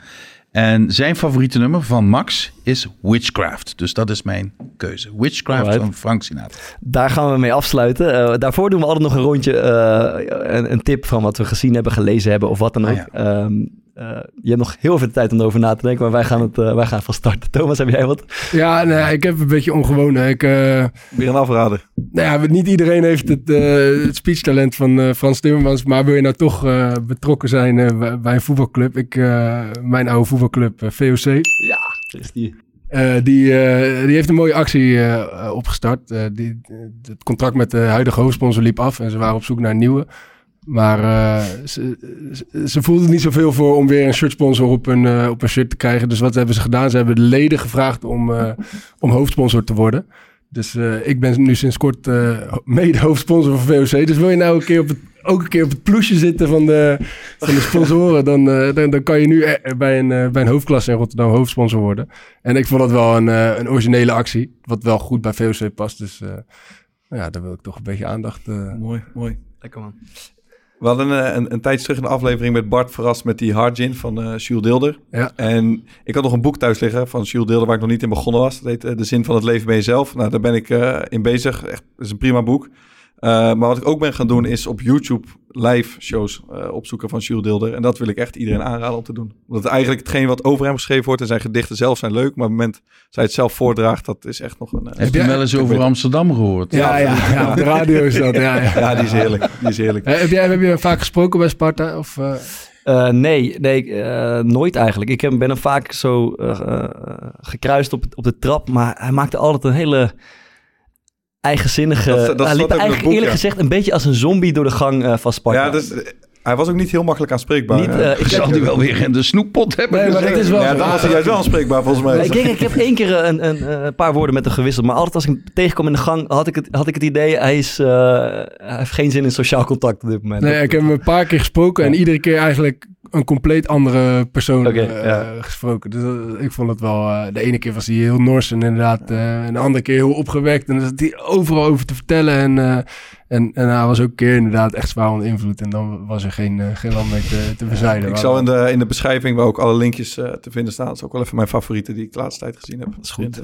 E: En zijn favoriete nummer van Max is Witchcraft. Dus dat is mijn keuze. Witchcraft Alright. Van Frank Sinatra.
B: Daar gaan we mee afsluiten. Uh, daarvoor doen we altijd nog een rondje, uh, een, een tip van wat we gezien hebben, gelezen hebben of wat dan ook. Ah, ja. um, Uh, je hebt nog heel veel tijd om erover na te denken, maar wij gaan, het, uh, wij gaan van starten. Thomas, heb jij wat?
D: Ja, nee, ik heb een beetje ongewoon. Ik, uh,
A: Weer een afrader.
D: Nou ja, niet iedereen heeft het, uh, het speechtalent van uh, Frans Timmermans, maar wil je nou toch uh, betrokken zijn uh, bij een voetbalclub? Ik, uh, mijn oude voetbalclub, uh, V O C.
B: Ja, dat is die.
D: Uh, die, uh, die heeft een mooie actie uh, opgestart. Uh, die, het contract met de huidige hoofdsponsor liep af en ze waren op zoek naar een nieuwe. Maar uh, ze, ze voelden niet zoveel voor om weer een shirtsponsor op een, uh, op een shirt te krijgen. Dus wat hebben ze gedaan? Ze hebben de leden gevraagd om, uh, om hoofdsponsor te worden. Dus uh, ik ben nu sinds kort uh, mede hoofdsponsor van V O C. Dus wil je nou een keer op het, ook een keer op het ploesje zitten van de, van de sponsoren... Dan, uh, dan, dan kan je nu bij een, uh, bij een hoofdklasse in Rotterdam hoofdsponsor worden. En ik vond dat wel een, uh, een originele actie. Wat wel goed bij V O C past. Dus uh, ja, daar wil ik toch een beetje aandacht... Uh...
A: Mooi, mooi.
B: Lekker man.
A: We hadden een, een, een tijdje terug een aflevering met Bart verrast met die Hard Gin van uh, Jules Deelder.
D: Ja.
A: En ik had nog een boek thuis liggen van Jules Deelder waar ik nog niet in begonnen was. Dat heet uh, De Zin van het Leven bij Jezelf. Nou, daar ben ik uh, in bezig. Echt, dat is een prima boek. Uh, maar wat ik ook ben gaan doen is op YouTube live shows uh, opzoeken van Jules Deelder. En dat wil ik echt iedereen aanraden om te doen. Omdat eigenlijk hetgeen wat over hem geschreven wordt en zijn gedichten zelf zijn leuk. Maar op het moment dat hij het zelf voordraagt, dat is echt nog een... Uh,
E: Heb je wel eens over Amsterdam gehoord?
D: Ja, ja, ja, ja, op de radio is dat. Ja, ja.
A: ja die is heerlijk. Die is heerlijk.
D: Uh, heb, jij, heb je vaak gesproken bij Sparta? Of, uh...
B: Uh, nee, nee uh, nooit eigenlijk. Ik heb, ben hem vaak zo uh, uh, gekruist op, op de trap. Maar hij maakte altijd een hele... eigenzinnige...
A: Dat, dat
B: hij liep eigenlijk boek, eerlijk ja. gezegd een beetje als een zombie door de gang uh, van Sparta.
A: Ja, dus, hij was ook niet heel makkelijk aanspreekbaar.
B: Niet, uh,
E: ik zal die wel weer in de snoeppot hebben.
D: Nee, maar dat is wel...
A: Ja, dan was hij juist wel aanspreekbaar volgens mij.
B: Ik denk, ik heb één keer een, een, een paar woorden met hem gewisseld. Maar altijd als ik hem tegenkom in de gang, had ik het, had ik het idee... Hij, is, uh, hij heeft geen zin in sociaal contact op dit moment.
D: Nee, ik heb hem een paar keer gesproken ja. en iedere keer eigenlijk... een compleet andere persoon okay, uh, ja. gesproken. Dus uh, ik vond het wel... Uh, de ene keer was hij heel nors en inderdaad... Uh, en de andere keer heel opgewekt. En dan zat hij overal over te vertellen. En, uh, en, en hij was ook een keer inderdaad echt zwaar onder invloed. En dan was er geen, uh, geen land mee te, te verzijden.
A: Ik zal in de, in de beschrijving waar ook alle linkjes uh, te vinden staan. Dat is ook wel even mijn favorieten die ik de laatste tijd gezien heb.
B: Dat is goed.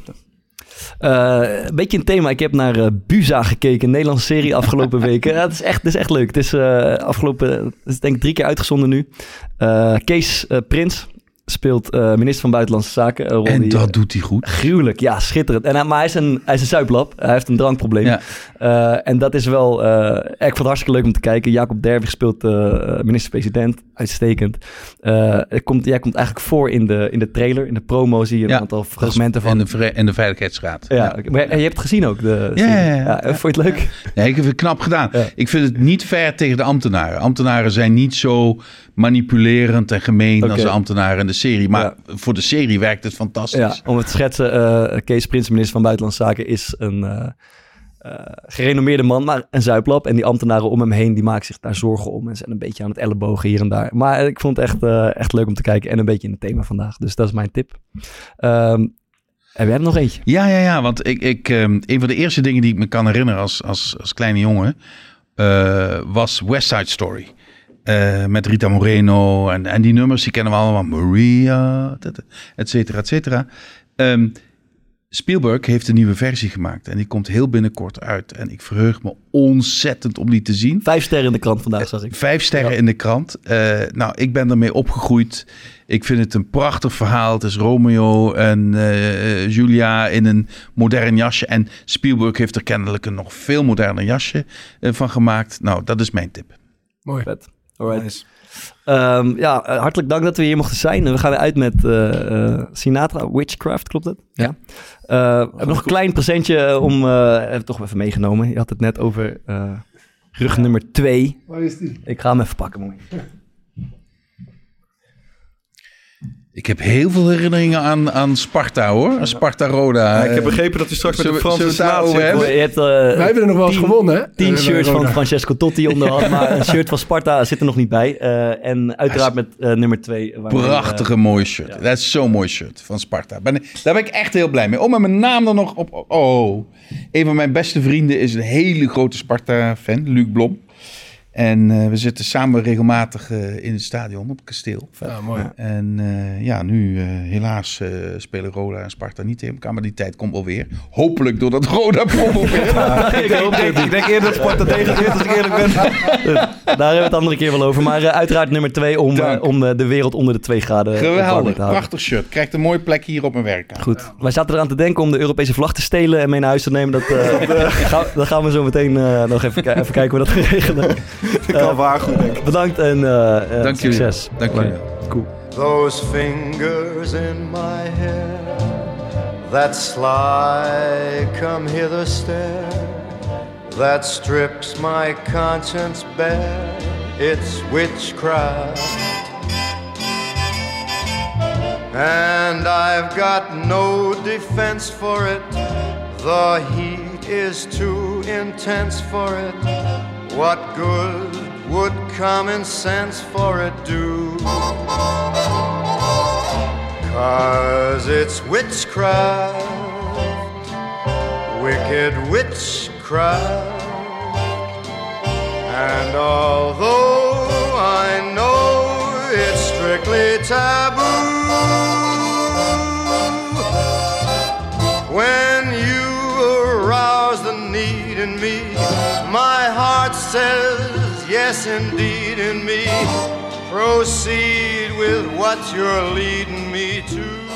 B: Uh, een beetje een thema. Ik heb naar uh, Buza gekeken, een Nederlandse serie afgelopen weken. Ja, het is echt, het is echt leuk. Het is uh, afgelopen, het is denk ik drie keer uitgezonden nu. Uh, Kees uh, Prins speelt uh, minister van Buitenlandse Zaken. Uh,
E: en
B: die,
E: dat
B: uh,
E: doet hij goed.
B: Gruwelijk, ja, schitterend. En, maar hij is een, hij is een zuiplap. Hij heeft een drankprobleem. Ja. Uh, en dat is wel... Uh, ik vond het hartstikke leuk om te kijken. Jacob Derwig speelt uh, minister-president. Uitstekend. Uh, komt, jij komt eigenlijk voor in de, in de trailer. In de promo zie je een
E: ja,
B: aantal fragmenten van...
E: En de, vre- en de Veiligheidsraad.
B: Ja, ja. Maar je hebt het gezien ook. De
E: ja, ja, ja, ja.
B: ja, vond je het leuk?
E: Nee, ik heb het knap gedaan. Ja. Ik vind het niet fair tegen de ambtenaren. Ambtenaren zijn niet zo manipulerend en gemeen okay. als de ambtenaren in de serie. Maar ja. voor de serie werkt het fantastisch.
B: Ja, om het te schetsen, uh, Kees Prins, minister van Buitenlandse Zaken, is een uh, uh, gerenommeerde man, maar een zuiplap. En die ambtenaren om hem heen, die maken zich daar zorgen om en zijn een beetje aan het ellebogen hier en daar. Maar ik vond het echt, uh, echt leuk om te kijken en een beetje in het thema vandaag. Dus dat is mijn tip. Um, Heb jij er nog eentje?
E: Ja, ja, ja. Want ik, ik, um, een van de eerste dingen die ik me kan herinneren als, als, als kleine jongen uh, was West Side Story. Uh, met Rita Moreno en, en die nummers, die kennen we allemaal. Maria, et cetera, et cetera. Um, Spielberg heeft een nieuwe versie gemaakt. En die komt heel binnenkort uit. En ik verheug me ontzettend om die te zien.
B: Vijf sterren in de krant vandaag, zag ik.
E: Vijf sterren
B: ja.
E: in de krant. Uh, nou, ik ben ermee opgegroeid. Ik vind het een prachtig verhaal. Het is Romeo en uh, Julia in een modern jasje. En Spielberg heeft er kennelijk een nog veel moderner jasje uh, van gemaakt. Nou, dat is mijn tip.
D: Mooi.
B: Vet. Alright.
A: Nice.
B: Um, ja, hartelijk dank dat we hier mochten zijn. We gaan weer uit met uh, uh, Sinatra, Witchcraft, klopt dat? Ja. Uh, we hebben nog een klein presentje om... Uh, hebben toch even meegenomen. Je had het net over uh, rug nummer twee.
D: Waar is die?
B: Ik ga hem even pakken, mooi.
E: Ik heb heel veel herinneringen aan, aan Sparta, hoor. Aan Sparta Roda.
A: Ja, ik heb begrepen dat u straks met de Franse
E: zullen we het
A: senaat
E: daarover
A: zit.
E: hebben?
B: Je hebt, uh,
D: Wij hebben er nog wel eens
B: tien,
D: gewonnen, hè?
B: Tien
D: Uh,
B: shirts
D: Roda.
B: van Francesco Totti onder had, maar een shirt van Sparta zit er nog niet bij. Uh, en uiteraard met uh, nummer twee.
E: Prachtige
B: uh,
E: mooie shirt.
B: ja.
E: Dat is zo'n mooi shirt van Sparta. Ben, daar ben ik echt heel blij mee. Oh, met mijn naam er nog op. Oh, een van mijn beste vrienden is een hele grote Sparta-fan, Luc Blom. En uh, we zitten samen regelmatig uh, in het stadion op het kasteel.
D: Ja, mooi.
E: En uh, ja, nu uh, helaas uh, spelen Roda en Sparta niet tegen elkaar. Maar die tijd komt wel weer. Hopelijk doordat Roda promoveert.
A: Ja, ik, denk, ik, ik denk eerder dat Sparta degradeert, als ik eerlijk ben.
B: Daar hebben we het andere keer wel over. Maar uh, uiteraard nummer twee om, uh, om uh, de wereld onder de twee graden uh,
E: Geweldig,
B: warmer te houden.
E: prachtig shirt. Krijgt een mooie plek hier op mijn werk.
B: Goed, ja. Wij zaten eraan te denken om de Europese vlag te stelen en mee naar huis te nemen. Dat, uh, gaan, dat gaan we zo meteen uh, nog even, even kijken hoe we dat gaan regelen.
A: Ik kan waar goed denken.
B: Bedankt en uh, uh,
E: Dank
B: succes.
E: Dank jullie.
B: Cool.
H: Those fingers in my hair that sly come hither stare that strips my conscience bare, it's witchcraft. And I've got no defense for it, the heat is too intense for it. What good would common sense for it do? 'Cause it's witchcraft, wicked witchcraft. And although I know it's strictly taboo, when you arouse the need in me, my heart says yes indeed in me. Proceed with what you're leading me to.